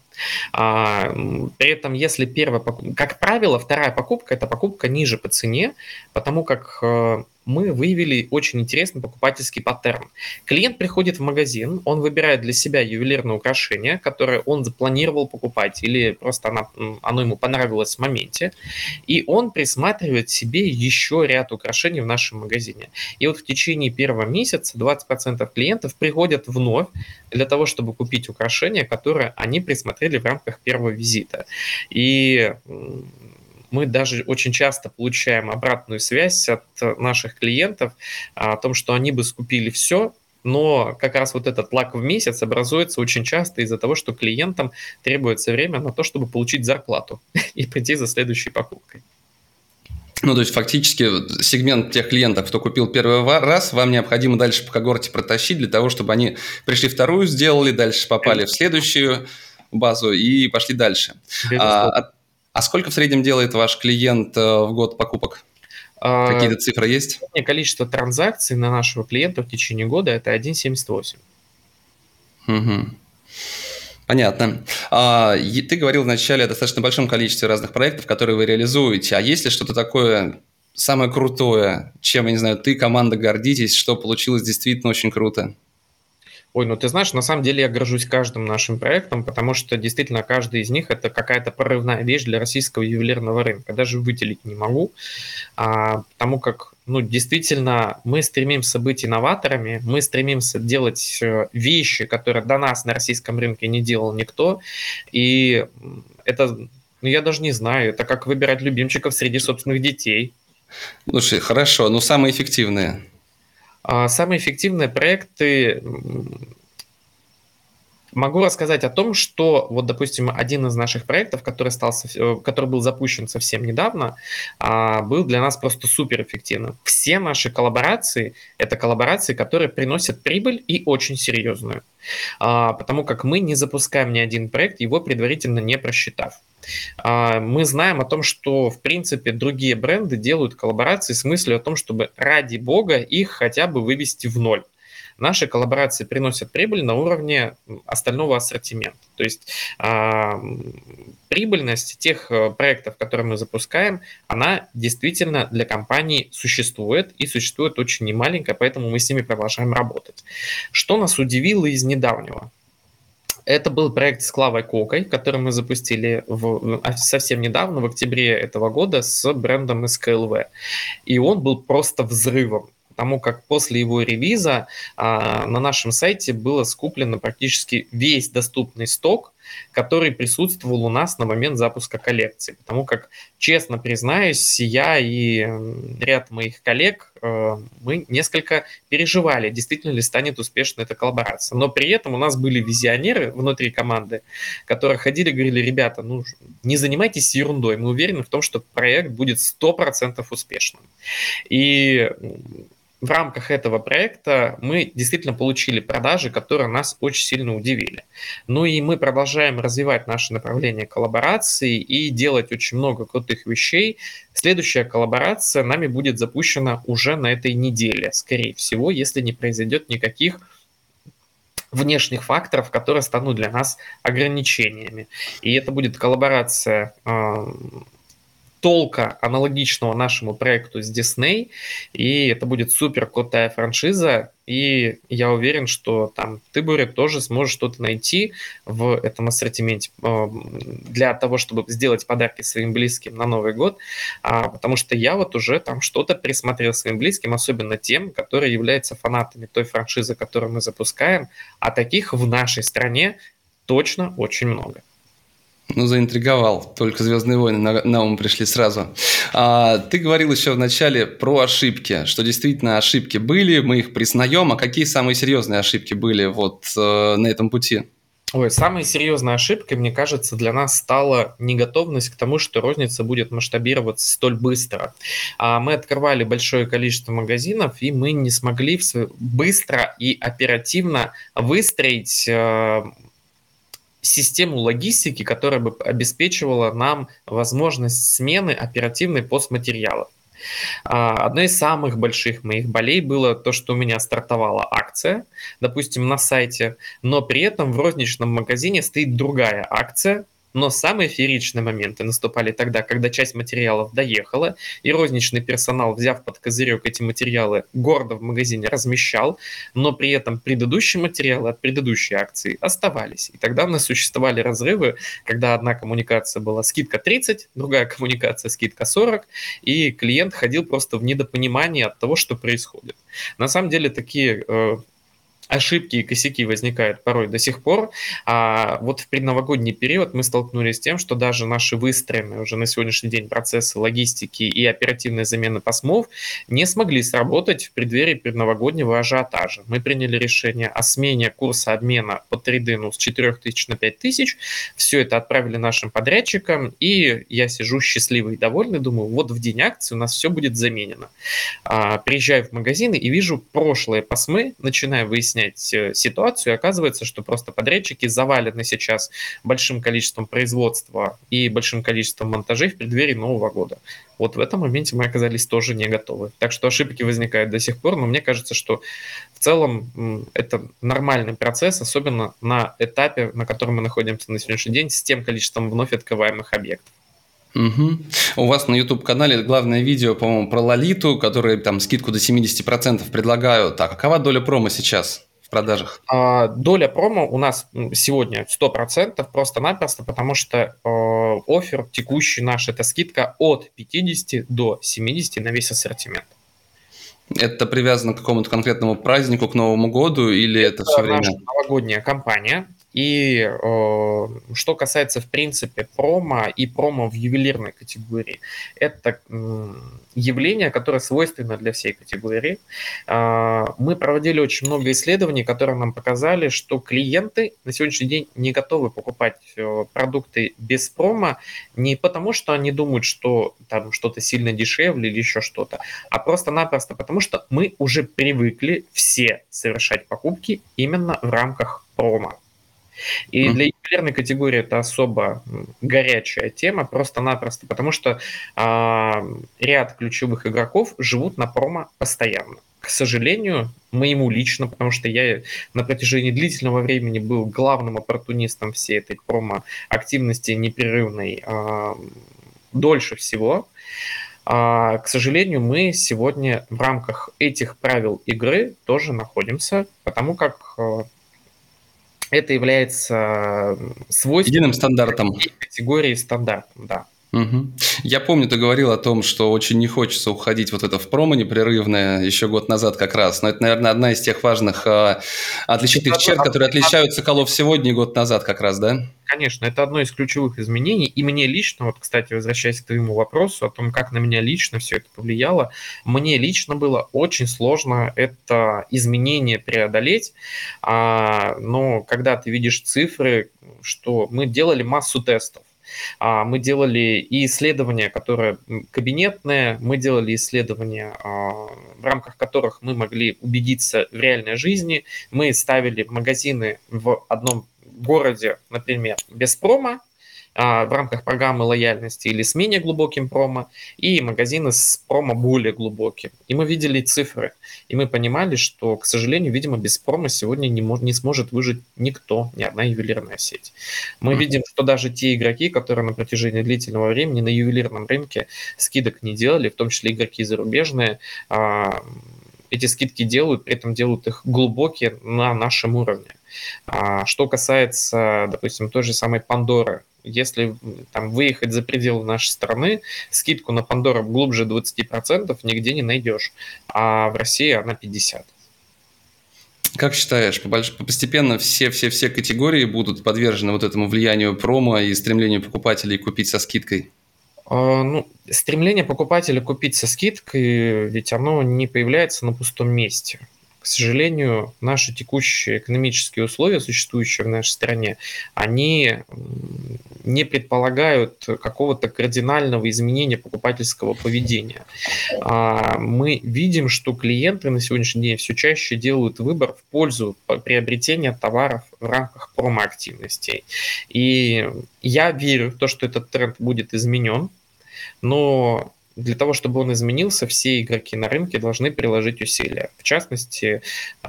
При этом, если первая покупка, как правило, вторая покупка – это покупка ниже по цене, потому как мы выявили очень интересный покупательский паттерн. Клиент приходит в магазин, он выбирает для себя ювелирное украшение, которое он запланировал покупать, или просто оно ему понравилось в моменте, и он присматривает себе еще ряд украшений в нашем магазине. И вот в течение первого месяца 20% клиентов приходят вновь для того, чтобы купить украшения, которые они присмотрели в рамках первого визита. И мы даже очень часто получаем обратную связь от наших клиентов о том, что они бы скупили все, но как раз вот этот лак в месяц образуется очень часто из-за того, что клиентам требуется время на то, чтобы получить зарплату и прийти за следующей покупкой. Ну, то есть, фактически, сегмент тех клиентов, кто купил первый раз, вам необходимо дальше по когорте протащить для того, чтобы они пришли вторую, сделали, дальше попали в следующую базу и пошли дальше. А сколько в среднем делает ваш клиент в год покупок? Какие-то цифры есть? Количество транзакций на нашего клиента в течение года – это 1,78. Угу. Понятно. Ты говорил вначале о достаточно большом количестве разных проектов, которые вы реализуете. А есть ли что-то такое самое крутое, чем, я не знаю, ты, команда гордитесь, что получилось действительно очень круто? Ой, ну ты знаешь, на самом деле я горжусь каждым нашим проектом, потому что действительно каждый из них – это какая-то прорывная вещь для российского ювелирного рынка. Даже выделить не могу, потому как, ну, действительно, мы стремимся быть инноваторами, мы стремимся делать вещи, которые до нас на российском рынке не делал никто, и это, ну, я даже не знаю, это как выбирать любимчиков среди собственных детей. Слушай, хорошо, но самые эффективные? Самые эффективные проекты. Могу рассказать о том, что вот, допустим, один из наших проектов, который был запущен совсем недавно, был для нас просто суперэффективным. Все наши коллаборации – это коллаборации, которые приносят прибыль и очень серьезную. Потому как мы не запускаем ни один проект, его предварительно не просчитав. Мы знаем о том, что, в принципе, другие бренды делают коллаборации с мыслью о том, чтобы ради бога их хотя бы вывести в ноль. Наши коллаборации приносят прибыль на уровне остального ассортимента. То есть прибыльность тех проектов, которые мы запускаем, она действительно для компании существует, и существует очень немаленькая, поэтому мы с ними продолжаем работать. Что нас удивило из недавнего? Это был проект с Клавой Кокой, который мы запустили совсем недавно, в октябре этого года, с брендом SKLV. И он был просто взрывом, потому как после его релиза на нашем сайте было скуплено практически весь доступный сток, который присутствовал у нас на момент запуска коллекции. Потому как, честно признаюсь, я и ряд моих коллег, мы несколько переживали, действительно ли станет успешной эта коллаборация. Но при этом у нас были визионеры внутри команды, которые ходили и говорили: ребята, ну не занимайтесь ерундой, мы уверены в том, что проект будет 100% успешным. И в рамках этого проекта мы действительно получили продажи, которые нас очень сильно удивили. Ну и мы продолжаем развивать наше направление коллабораций и делать очень много крутых вещей. Следующая коллаборация нами будет запущена уже на этой неделе, скорее всего, если не произойдет никаких внешних факторов, которые станут для нас ограничениями. И это будет коллаборация толка, аналогичного нашему проекту с Disney, и это будет супер крутая франшиза, и я уверен, что там ты, Боря, тоже сможешь что-то найти в этом ассортименте для того, чтобы сделать подарки своим близким на Новый год, потому что я вот уже там что-то присмотрел своим близким, особенно тем, которые являются фанатами той франшизы, которую мы запускаем, а таких в нашей стране точно очень много. Ну, заинтриговал. Только «Звездные войны» на ум пришли сразу. Ты говорил еще в начале про ошибки, что действительно ошибки были, мы их признаем. А какие самые серьезные ошибки были вот на этом пути? Ой, самой серьезной ошибкой, мне кажется, для нас стала неготовность к тому, что розница будет масштабироваться столь быстро. Мы открывали большое количество магазинов, и мы не смогли быстро и оперативно выстроить систему логистики, которая бы обеспечивала нам возможность смены оперативной постматериалов. Одной из самых больших моих болей было то, что у меня стартовала акция, допустим, на сайте, но при этом в розничном магазине стоит другая акция, но самые фееричные моменты наступали тогда, когда часть материалов доехала, и розничный персонал, взяв под козырек эти материалы, гордо в магазине размещал, но при этом предыдущие материалы от предыдущей акции оставались. И тогда у нас существовали разрывы, когда одна коммуникация была скидка 30, другая коммуникация скидка 40, и клиент ходил просто в недопонимании от того, что происходит. На самом деле такие ошибки и косяки возникают порой до сих пор. Вот в предновогодний период мы столкнулись с тем, что даже наши выстроенные уже на сегодняшний день процессы логистики и оперативной замены пасмов не смогли сработать в преддверии предновогоднего ажиотажа. Мы приняли решение о смене курса обмена по трейдину с 4000 на 5000. Все это отправили нашим подрядчикам, и я сижу счастливый и довольный, думаю, вот в день акции у нас все будет заменено. Приезжаю в магазины и вижу прошлые пасмы, начинаю выяснять ситуацию, и оказывается, что просто подрядчики завалены сейчас большим количеством производства и большим количеством монтажей в преддверии Нового года. Вот в этом моменте мы оказались тоже не готовы. Так что ошибки возникают до сих пор, но мне кажется, что в целом это нормальный процесс, особенно на этапе, на котором мы находимся на сегодняшний день, с тем количеством вновь открываемых объектов. Угу. У вас на YouTube-канале главное видео, по-моему, про Лолиту, которые там скидку до 70% предлагают. А какова доля промо сейчас в продажах? Доля промо у нас сегодня 100%, просто-напросто, потому что оффер текущий наш – это скидка от 50 до 70 на весь ассортимент. Это привязано к какому-то конкретному празднику, к Новому году, или это все время? Наша новогодняя кампания. И что касается, в принципе, промо и промо в ювелирной категории, это явление, которое свойственно для всей категории. Мы проводили очень много исследований, которые нам показали, что клиенты на сегодняшний день не готовы покупать продукты без промо не потому, что они думают, что там что-то сильно дешевле или еще что-то, а просто-напросто потому, что мы уже привыкли все совершать покупки именно в рамках промо. И для ювелирной категории это особо горячая тема, просто-напросто, потому что ряд ключевых игроков живут на промо постоянно. К сожалению, моему лично, потому что я на протяжении длительного времени был главным оппортунистом всей этой промо-активности непрерывной дольше всего. К сожалению, мы сегодня в рамках этих правил игры тоже находимся, потому как это является свойственным единым стандартом. Категории стандартом, да. Угу. Я помню, ты говорил о том, что очень не хочется уходить вот это в промо непрерывное еще год назад как раз. Но это, наверное, одна из тех важных отличительных черт, которые отличают Соколов сегодня и год назад как раз, да? Конечно, это одно из ключевых изменений. И мне лично, вот, кстати, возвращаясь к твоему вопросу о том, как на меня лично все это повлияло, мне лично было очень сложно это изменение преодолеть. Но когда ты видишь цифры, что мы делали массу тестов, мы делали и исследования, которые кабинетные, мы делали исследования, в рамках которых мы могли убедиться в реальной жизни. Мы ставили магазины в одном городе, например, без промо, в рамках программы лояльности или с менее глубоким промо, и магазины с промо более глубоким. И мы видели цифры, и мы понимали, что, к сожалению, видимо, без промо сегодня не сможет выжить никто, ни одна ювелирная сеть. Мы видим, что даже те игроки, которые на протяжении длительного времени на ювелирном рынке скидок не делали, в том числе игроки зарубежные, эти скидки делают, при этом делают их глубокие на нашем уровне. Что касается, допустим, той же самой Пандоры, если там выехать за пределы нашей страны, скидку на Пандору глубже 20% нигде не найдешь, а в России она 50%. Как считаешь, постепенно все категории будут подвержены вот этому влиянию промо и стремлению покупателей купить со скидкой? Ну, стремление покупателя купить со скидкой, ведь оно не появляется на пустом месте. К сожалению, наши текущие экономические условия, существующие в нашей стране, они не предполагают какого-то кардинального изменения покупательского поведения. Мы видим, что клиенты на сегодняшний день все чаще делают выбор в пользу приобретения товаров в рамках промо-активностей. И я верю в то, что этот тренд будет изменен, но для того, чтобы он изменился, все игроки на рынке должны приложить усилия. В частности,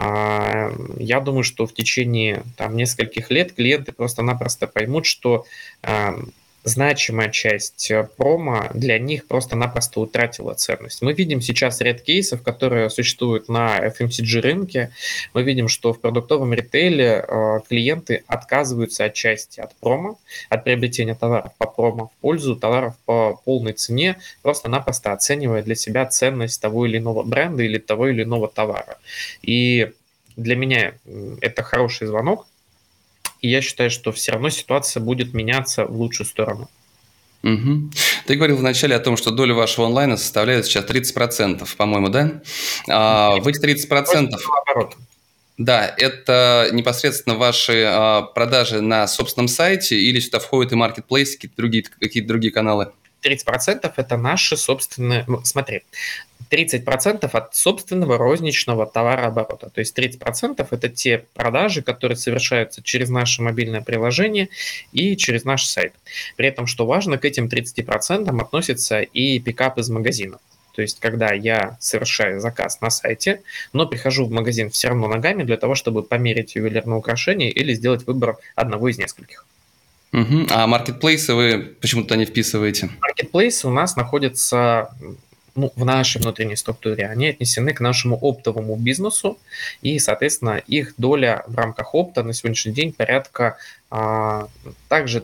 я думаю, что в течение нескольких лет клиенты просто-напросто поймут, что значимая часть промо для них просто-напросто утратила ценность. Мы видим сейчас ряд кейсов, которые существуют на FMCG рынке. Мы видим, что в продуктовом ритейле клиенты отказываются отчасти от промо, от приобретения товаров по промо в пользу товаров по полной цене, просто-напросто оценивая для себя ценность того или иного бренда или того или иного товара. И для меня это хороший звонок. И я считаю, что все равно ситуация будет меняться в лучшую сторону. Угу. Ты говорил вначале о том, что доля вашего онлайна составляет сейчас 30%, по-моему, да? В эти 30%, да, это непосредственно ваши продажи на собственном сайте или сюда входят и маркетплейсы, какие-то другие каналы? 30% это наши собственные... Смотри, 30% от собственного розничного товарооборота. То есть 30% это те продажи, которые совершаются через наше мобильное приложение и через наш сайт. При этом, что важно, к этим 30% относится и пикап из магазина. То есть, когда я совершаю заказ на сайте, но прихожу в магазин все равно ногами для того, чтобы померить ювелирное украшение или сделать выбор одного из нескольких. Угу. А маркетплейсы вы почему-то не вписываете? Маркетплейсы у нас находятся в нашей внутренней структуре. Они отнесены к нашему оптовому бизнесу, и, соответственно, их доля в рамках опта на сегодняшний день порядка также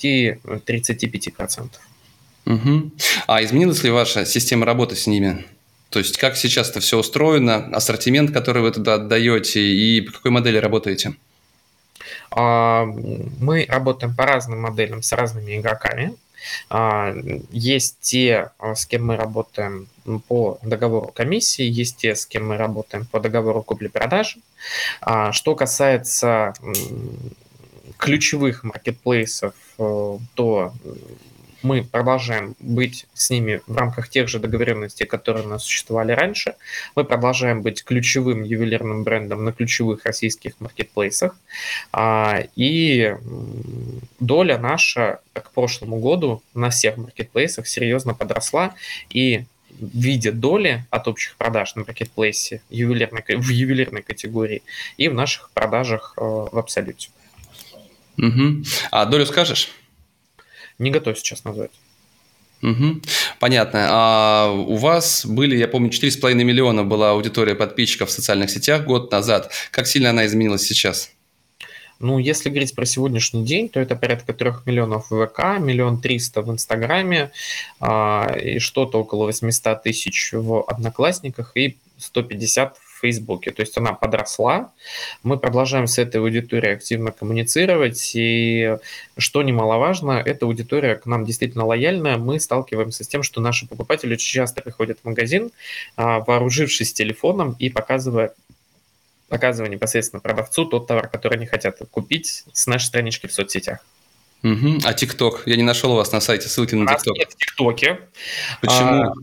30-35%. Угу. А изменилась ли ваша система работы с ними? То есть как сейчас это все устроено, ассортимент, который вы туда отдаете, и по какой модели работаете? Мы работаем по разным моделям с разными игроками. Есть те, с кем мы работаем по договору комиссии, есть те, с кем мы работаем по договору купли-продажи. Что касается ключевых маркетплейсов, то мы продолжаем быть с ними в рамках тех же договоренностей, которые у нас существовали раньше. Мы продолжаем быть ключевым ювелирным брендом на ключевых российских маркетплейсах. И доля наша к прошлому году на всех маркетплейсах серьезно подросла. И в виде доли от общих продаж на маркетплейсе в ювелирной категории и в наших продажах в абсолюте. Угу. А долю скажешь? Не готов сейчас назвать. Угу. Понятно. А у вас были, я помню, 4,5 миллиона была аудитория подписчиков в социальных сетях год назад. Как сильно она изменилась сейчас? Если говорить про сегодняшний день, то это порядка 3 миллионов в ВК, 1 300 000 в Инстаграме, и что-то около 800 тысяч в Одноклассниках и 150 в Фейсбуке. То есть она подросла. Мы продолжаем с этой аудиторией активно коммуницировать. И что немаловажно, эта аудитория к нам действительно лояльная. Мы сталкиваемся с тем, что наши покупатели очень часто приходят в магазин, вооружившись телефоном и показывая непосредственно продавцу тот товар, который они хотят купить с нашей странички в соцсетях. Угу. А ТикТок? Я не нашел у вас на сайте ссылки на ТикТок. Нет в ТикТоке. Почему?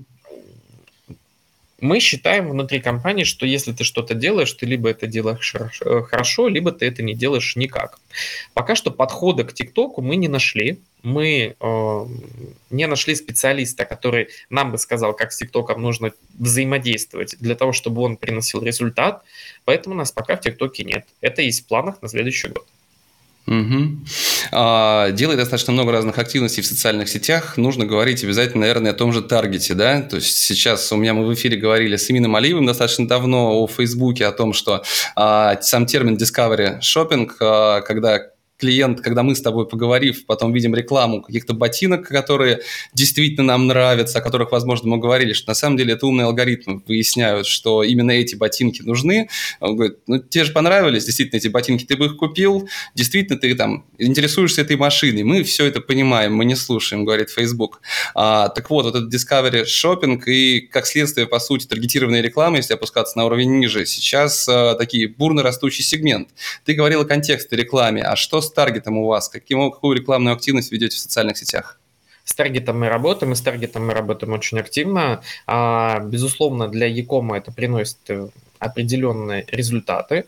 Мы считаем внутри компании, что если ты что-то делаешь, ты либо это делаешь хорошо, либо ты это не делаешь никак. Пока что подхода к ТикТоку мы не нашли. Мы не нашли специалиста, который нам бы сказал, как с ТикТоком нужно взаимодействовать для того, чтобы он приносил результат. Поэтому нас пока в ТикТоке нет. Это есть в планах на следующий год. Угу. Делая достаточно много разных активностей в социальных сетях, нужно говорить обязательно, наверное, о том же таргете, да? То есть сейчас мы в эфире говорили с Эмином Алиевым достаточно давно о Фейсбуке, о том, что сам термин discovery shopping, когда клиент, когда мы с тобой, поговорив, потом видим рекламу каких-то ботинок, которые действительно нам нравятся, о которых, возможно, мы говорили, что на самом деле это умные алгоритмы выясняют, что именно эти ботинки нужны. Он говорит, ну, тебе же понравились действительно эти ботинки, ты бы их купил, действительно ты там интересуешься этой машиной, мы все это понимаем, мы не слушаем, говорит Facebook. Так вот этот Discovery Shopping и, как следствие, по сути, таргетированная реклама, если опускаться на уровень ниже, сейчас такие бурно растущий сегмент. Ты говорил о контексте рекламе, а что с таргетом у вас? Какую рекламную активность ведете в социальных сетях? С таргетом мы работаем, и с таргетом мы работаем очень активно. Безусловно, для e-com это приносит определенные результаты.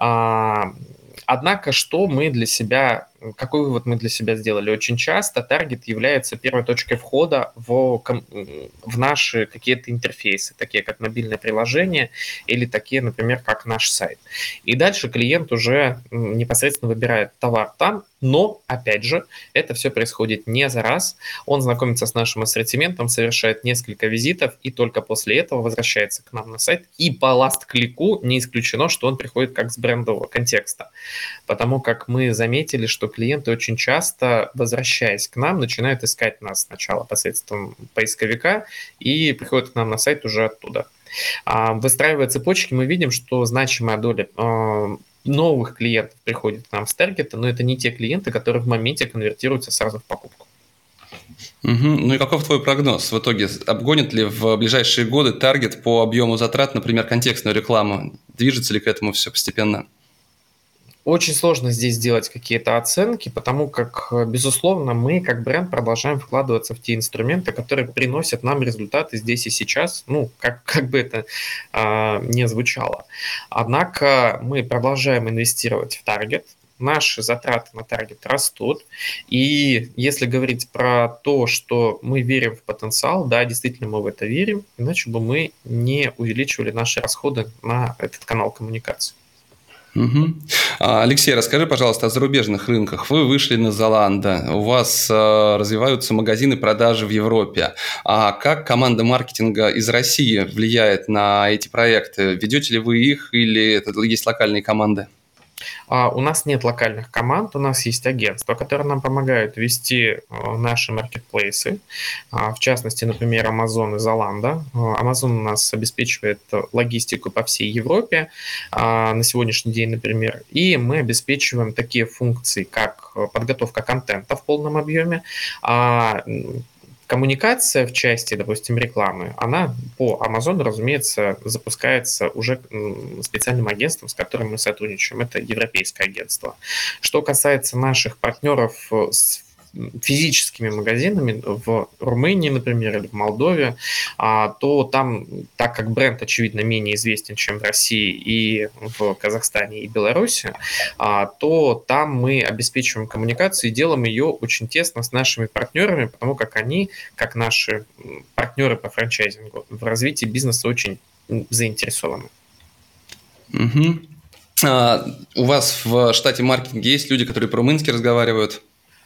Однако, какой вывод мы для себя сделали? Очень часто таргет является первой точкой входа в наши какие-то интерфейсы, такие как мобильное приложение или такие, например, как наш сайт. И дальше клиент уже непосредственно выбирает товар там, но, опять же, это все происходит не за раз. Он знакомится с нашим ассортиментом, совершает несколько визитов и только после этого возвращается к нам на сайт. И по ласт-клику не исключено, что он приходит как с брендового контекста. Потому как мы заметили, что клиенты очень часто, возвращаясь к нам, начинают искать нас сначала посредством поисковика и приходят к нам на сайт уже оттуда. Выстраивая цепочки, мы видим, что значимая доля новых клиентов приходит к нам с таргета, но это не те клиенты, которые в моменте конвертируются сразу в покупку. Ну и каков твой прогноз? В итоге обгонит ли в ближайшие годы таргет по объему затрат, например, контекстную рекламу? Движется ли к этому все постепенно? Очень сложно здесь сделать какие-то оценки, потому как, безусловно, мы как бренд продолжаем вкладываться в те инструменты, которые приносят нам результаты здесь и сейчас, как бы это ни звучало. Однако мы продолжаем инвестировать в таргет, наши затраты на таргет растут, и если говорить про то, что мы верим в потенциал, да, действительно мы в это верим, иначе бы мы не увеличивали наши расходы на этот канал коммуникации. Угу. Алексей, расскажи, пожалуйста, о зарубежных рынках. Вы вышли на Zalando, у вас развиваются магазины продажи в Европе. А как команда маркетинга из России влияет на эти проекты? Ведете ли вы их или это есть локальные команды? У нас нет локальных команд, у нас есть агентства, которые нам помогают вести наши маркетплейсы. В частности, например, Amazon и Zalando. Amazon у нас обеспечивает логистику по всей Европе на сегодняшний день, например. И мы обеспечиваем такие функции, как подготовка контента в полном объеме, коммуникация в части, допустим, рекламы, она по Amazon, разумеется, запускается уже специальным агентством, с которым мы сотрудничаем. Это европейское агентство. Что касается наших партнеров с физическими магазинами в Румынии, например, или в Молдове, то там, так как бренд, очевидно, менее известен, чем в России и в Казахстане и Беларуси, то там мы обеспечиваем коммуникацию и делаем ее очень тесно с нашими партнерами, потому как они, как наши партнеры по франчайзингу, в развитии бизнеса очень заинтересованы. Угу. У вас в штате маркетинга есть люди, которые по-румынски разговаривают?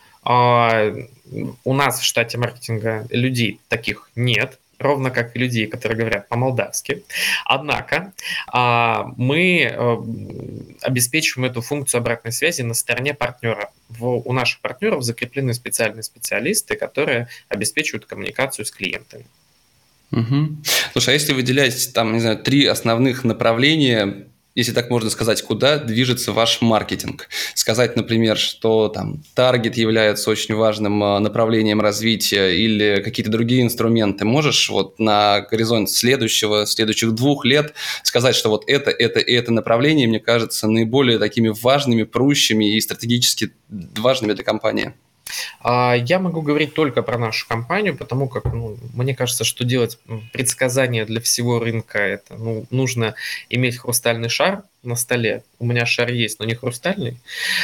У нас в штате маркетинга людей таких нет, ровно как и людей, которые говорят по-молдавски. Однако мы обеспечиваем эту функцию обратной связи на стороне партнера. У наших партнеров закреплены специальные специалисты, которые обеспечивают коммуникацию с клиентами. Угу. Слушай, а если выделять там, не знаю, 3 основных направления, если так можно сказать, куда движется ваш маркетинг? Сказать, например, что там таргет является очень важным направлением развития или какие-то другие инструменты. Можешь вот на горизонт следующих 2 лет сказать, что вот это направление, мне кажется, наиболее такими важными, прущими и стратегически важными для компании? Я могу говорить только про нашу компанию, потому как мне кажется, что делать предсказания для всего рынка, это нужно иметь хрустальный шар на столе. У меня шар есть, но не хрустальный.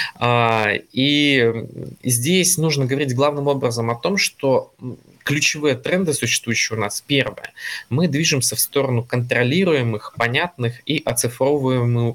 И здесь нужно говорить главным образом о том, что ключевые тренды, существующие у нас, первое, мы движемся в сторону контролируемых, понятных и оцифровываемых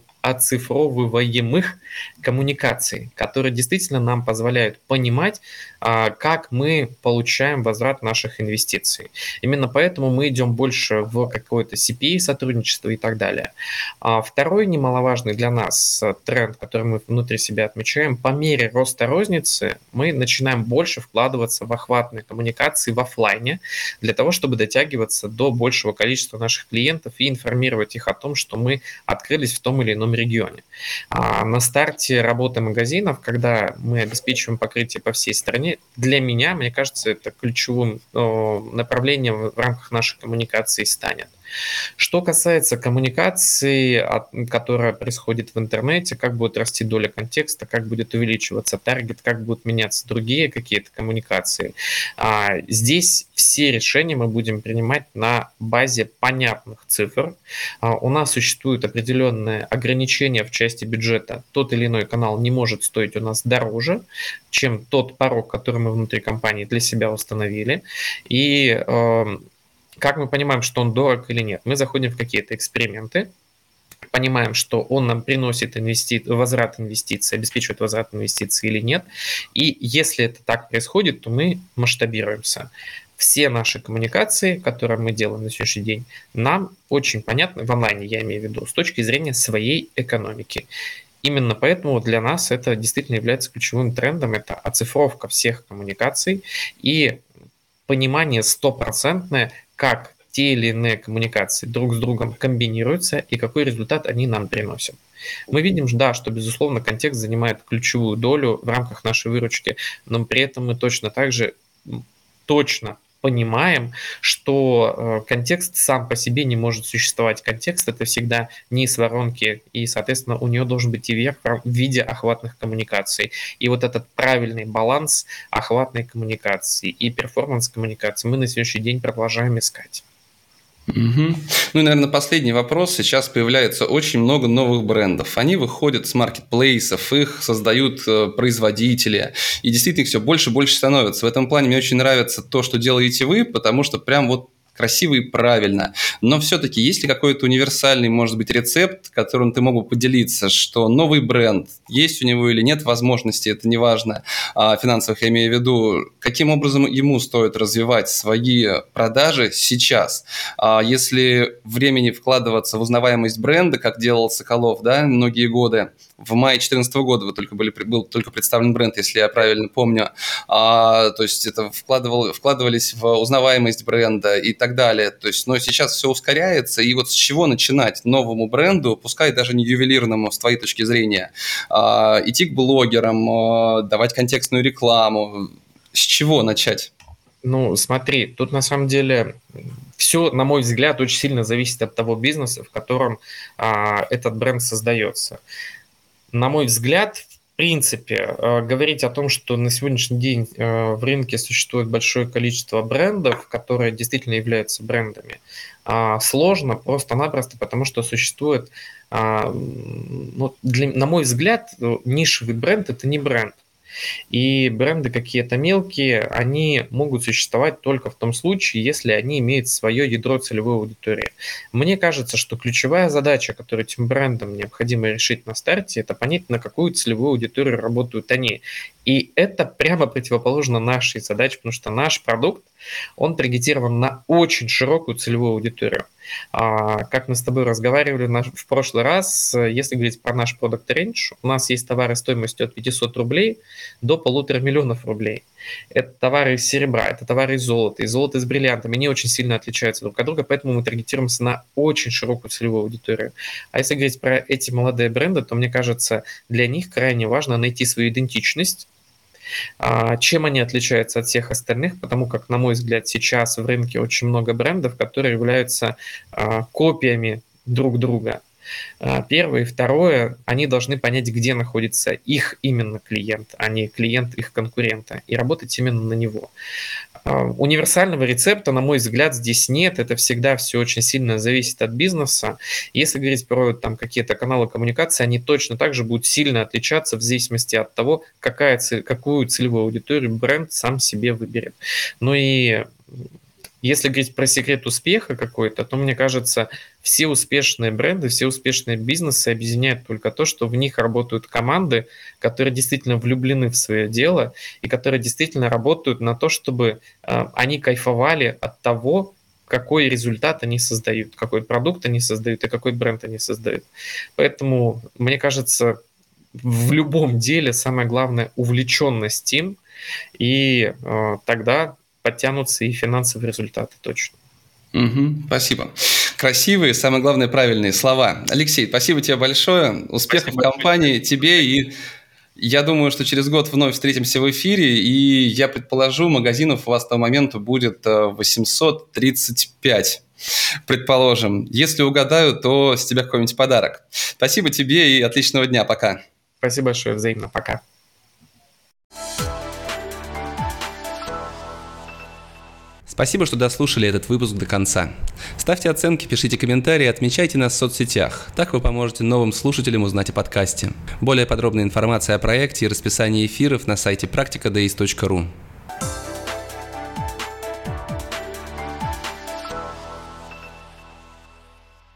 коммуникаций, которые действительно нам позволяют понимать, как мы получаем возврат наших инвестиций. Именно поэтому мы идем больше в какое-то CPA сотрудничество и так далее. Второй немаловажный немаловажный для нас тренд, который мы внутри себя отмечаем. По мере роста розницы мы начинаем больше вкладываться в охватные коммуникации в офлайне для того, чтобы дотягиваться до большего количества наших клиентов и информировать их о том, что мы открылись в том или ином регионе. На старте работы магазинов, когда мы обеспечиваем покрытие по всей стране, для меня, мне кажется, это ключевым направлением в рамках нашей коммуникации станет. Что касается коммуникации, которая происходит в интернете, как будет расти доля контекста, как будет увеличиваться таргет, как будут меняться другие какие-то коммуникации. Здесь все решения мы будем принимать на базе понятных цифр. У нас существуют определенные ограничения в части бюджета. Тот или иной канал не может стоить у нас дороже, чем тот порог, который мы внутри компании для себя установили. И как мы понимаем, что он дорог или нет? Мы заходим в какие-то эксперименты, понимаем, что он нам приносит возврат инвестиций, обеспечивает возврат инвестиций или нет. И если это так происходит, то мы масштабируемся. Все наши коммуникации, которые мы делаем на сегодняшний день, нам очень понятны, в онлайне я имею в виду, с точки зрения своей экономики. Именно поэтому для нас это действительно является ключевым трендом, это оцифровка всех коммуникаций и понимание стопроцентное, как те или иные коммуникации друг с другом комбинируются и какой результат они нам приносят. Мы видим, да, что, безусловно, контекст занимает ключевую долю в рамках нашей выручки, но при этом мы точно так же понимаем, что контекст сам по себе не может существовать. Контекст — это всегда низ воронки, и, соответственно, у нее должен быть и верх в виде охватных коммуникаций. И вот этот правильный баланс охватной коммуникации и перформанс-коммуникации мы на сегодняшний день продолжаем искать. Угу. Ну и, наверное, последний вопрос. Сейчас появляется очень много новых брендов. Они выходят с маркетплейсов, их создают производители. И действительно их все больше и больше становится. В этом плане мне очень нравится то, что делаете вы, потому что прям вот красиво и правильно. Но все-таки есть ли какой-то универсальный, может быть, рецепт, которым ты мог бы поделиться, что новый бренд, есть у него или нет возможности, это не важно, финансовых я имею в виду, каким образом ему стоит развивать свои продажи сейчас? Если времени вкладываться в узнаваемость бренда, как делал Соколов, да, многие годы, в мае 2014 года был только представлен бренд, если я правильно помню. То есть это вкладывались в узнаваемость бренда и так далее. То есть, но сейчас все ускоряется, и вот с чего начинать новому бренду, пускай даже не ювелирному, с твоей точки зрения, идти к блогерам, давать контекстную рекламу, с чего начать? Ну, смотри, тут на самом деле все, на мой взгляд, очень сильно зависит от того бизнеса, в котором этот бренд создается. На мой взгляд, в принципе, говорить о том, что на сегодняшний день в рынке существует большое количество брендов, которые действительно являются брендами, сложно просто-напросто, потому что существует, на мой взгляд, нишевый бренд – это не бренд. И бренды какие-то мелкие, они могут существовать только в том случае, если они имеют свое ядро целевой аудитории. Мне кажется, что ключевая задача, которую этим брендам необходимо решить на старте, это понять, на какую целевую аудиторию работают они. И это прямо противоположно нашей задаче, потому что наш продукт, он таргетирован на очень широкую целевую аудиторию. Как мы с тобой разговаривали в прошлый раз, если говорить про наш продукт range, у нас есть товары стоимостью от 500 рублей до 1,5 миллиона рублей. Это товары из серебра, это товары из золота, и золото с бриллиантами. Они очень сильно отличаются друг от друга, поэтому мы таргетируемся на очень широкую целевую аудиторию. А если говорить про эти молодые бренды, то, мне кажется, для них крайне важно найти свою идентичность. Чем они отличаются от всех остальных? Потому как, на мой взгляд, сейчас в рынке очень много брендов, которые являются копиями друг друга. Первое и второе, они должны понять, где находится их именно клиент, а не клиент их конкурента, и работать именно на него. Универсального рецепта, на мой взгляд, здесь нет. Это всегда все очень сильно зависит от бизнеса. Если говорить про какие-то каналы коммуникации, они точно так же будут сильно отличаться в зависимости от того, какую целевую аудиторию бренд сам себе выберет. Ну и если говорить про секрет успеха какой-то, то, мне кажется, все успешные бренды, все успешные бизнесы объединяют только то, что в них работают команды, которые действительно влюблены в свое дело и которые действительно работают на то, чтобы они кайфовали от того, какой результат они создают, какой продукт они создают и какой бренд они создают. Поэтому, мне кажется, в любом деле самое главное увлеченность им, и тогда подтянутся и финансовые результаты точно. Спасибо. Красивые, самое главное, правильные слова. Алексей, спасибо тебе большое. Успехов в компании, тебе, и я думаю, что через год вновь встретимся в эфире, и я предположу, магазинов у вас к тому моменту будет 835, предположим. Если угадаю, то с тебя какой-нибудь подарок. Спасибо тебе и отличного дня. Пока. Спасибо большое, взаимно. Пока. Спасибо, что дослушали этот выпуск до конца. Ставьте оценки, пишите комментарии, отмечайте нас в соцсетях. Так вы поможете новым слушателям узнать о подкасте. Более подробная информация о проекте и расписании эфиров на сайте practicaDays.ru.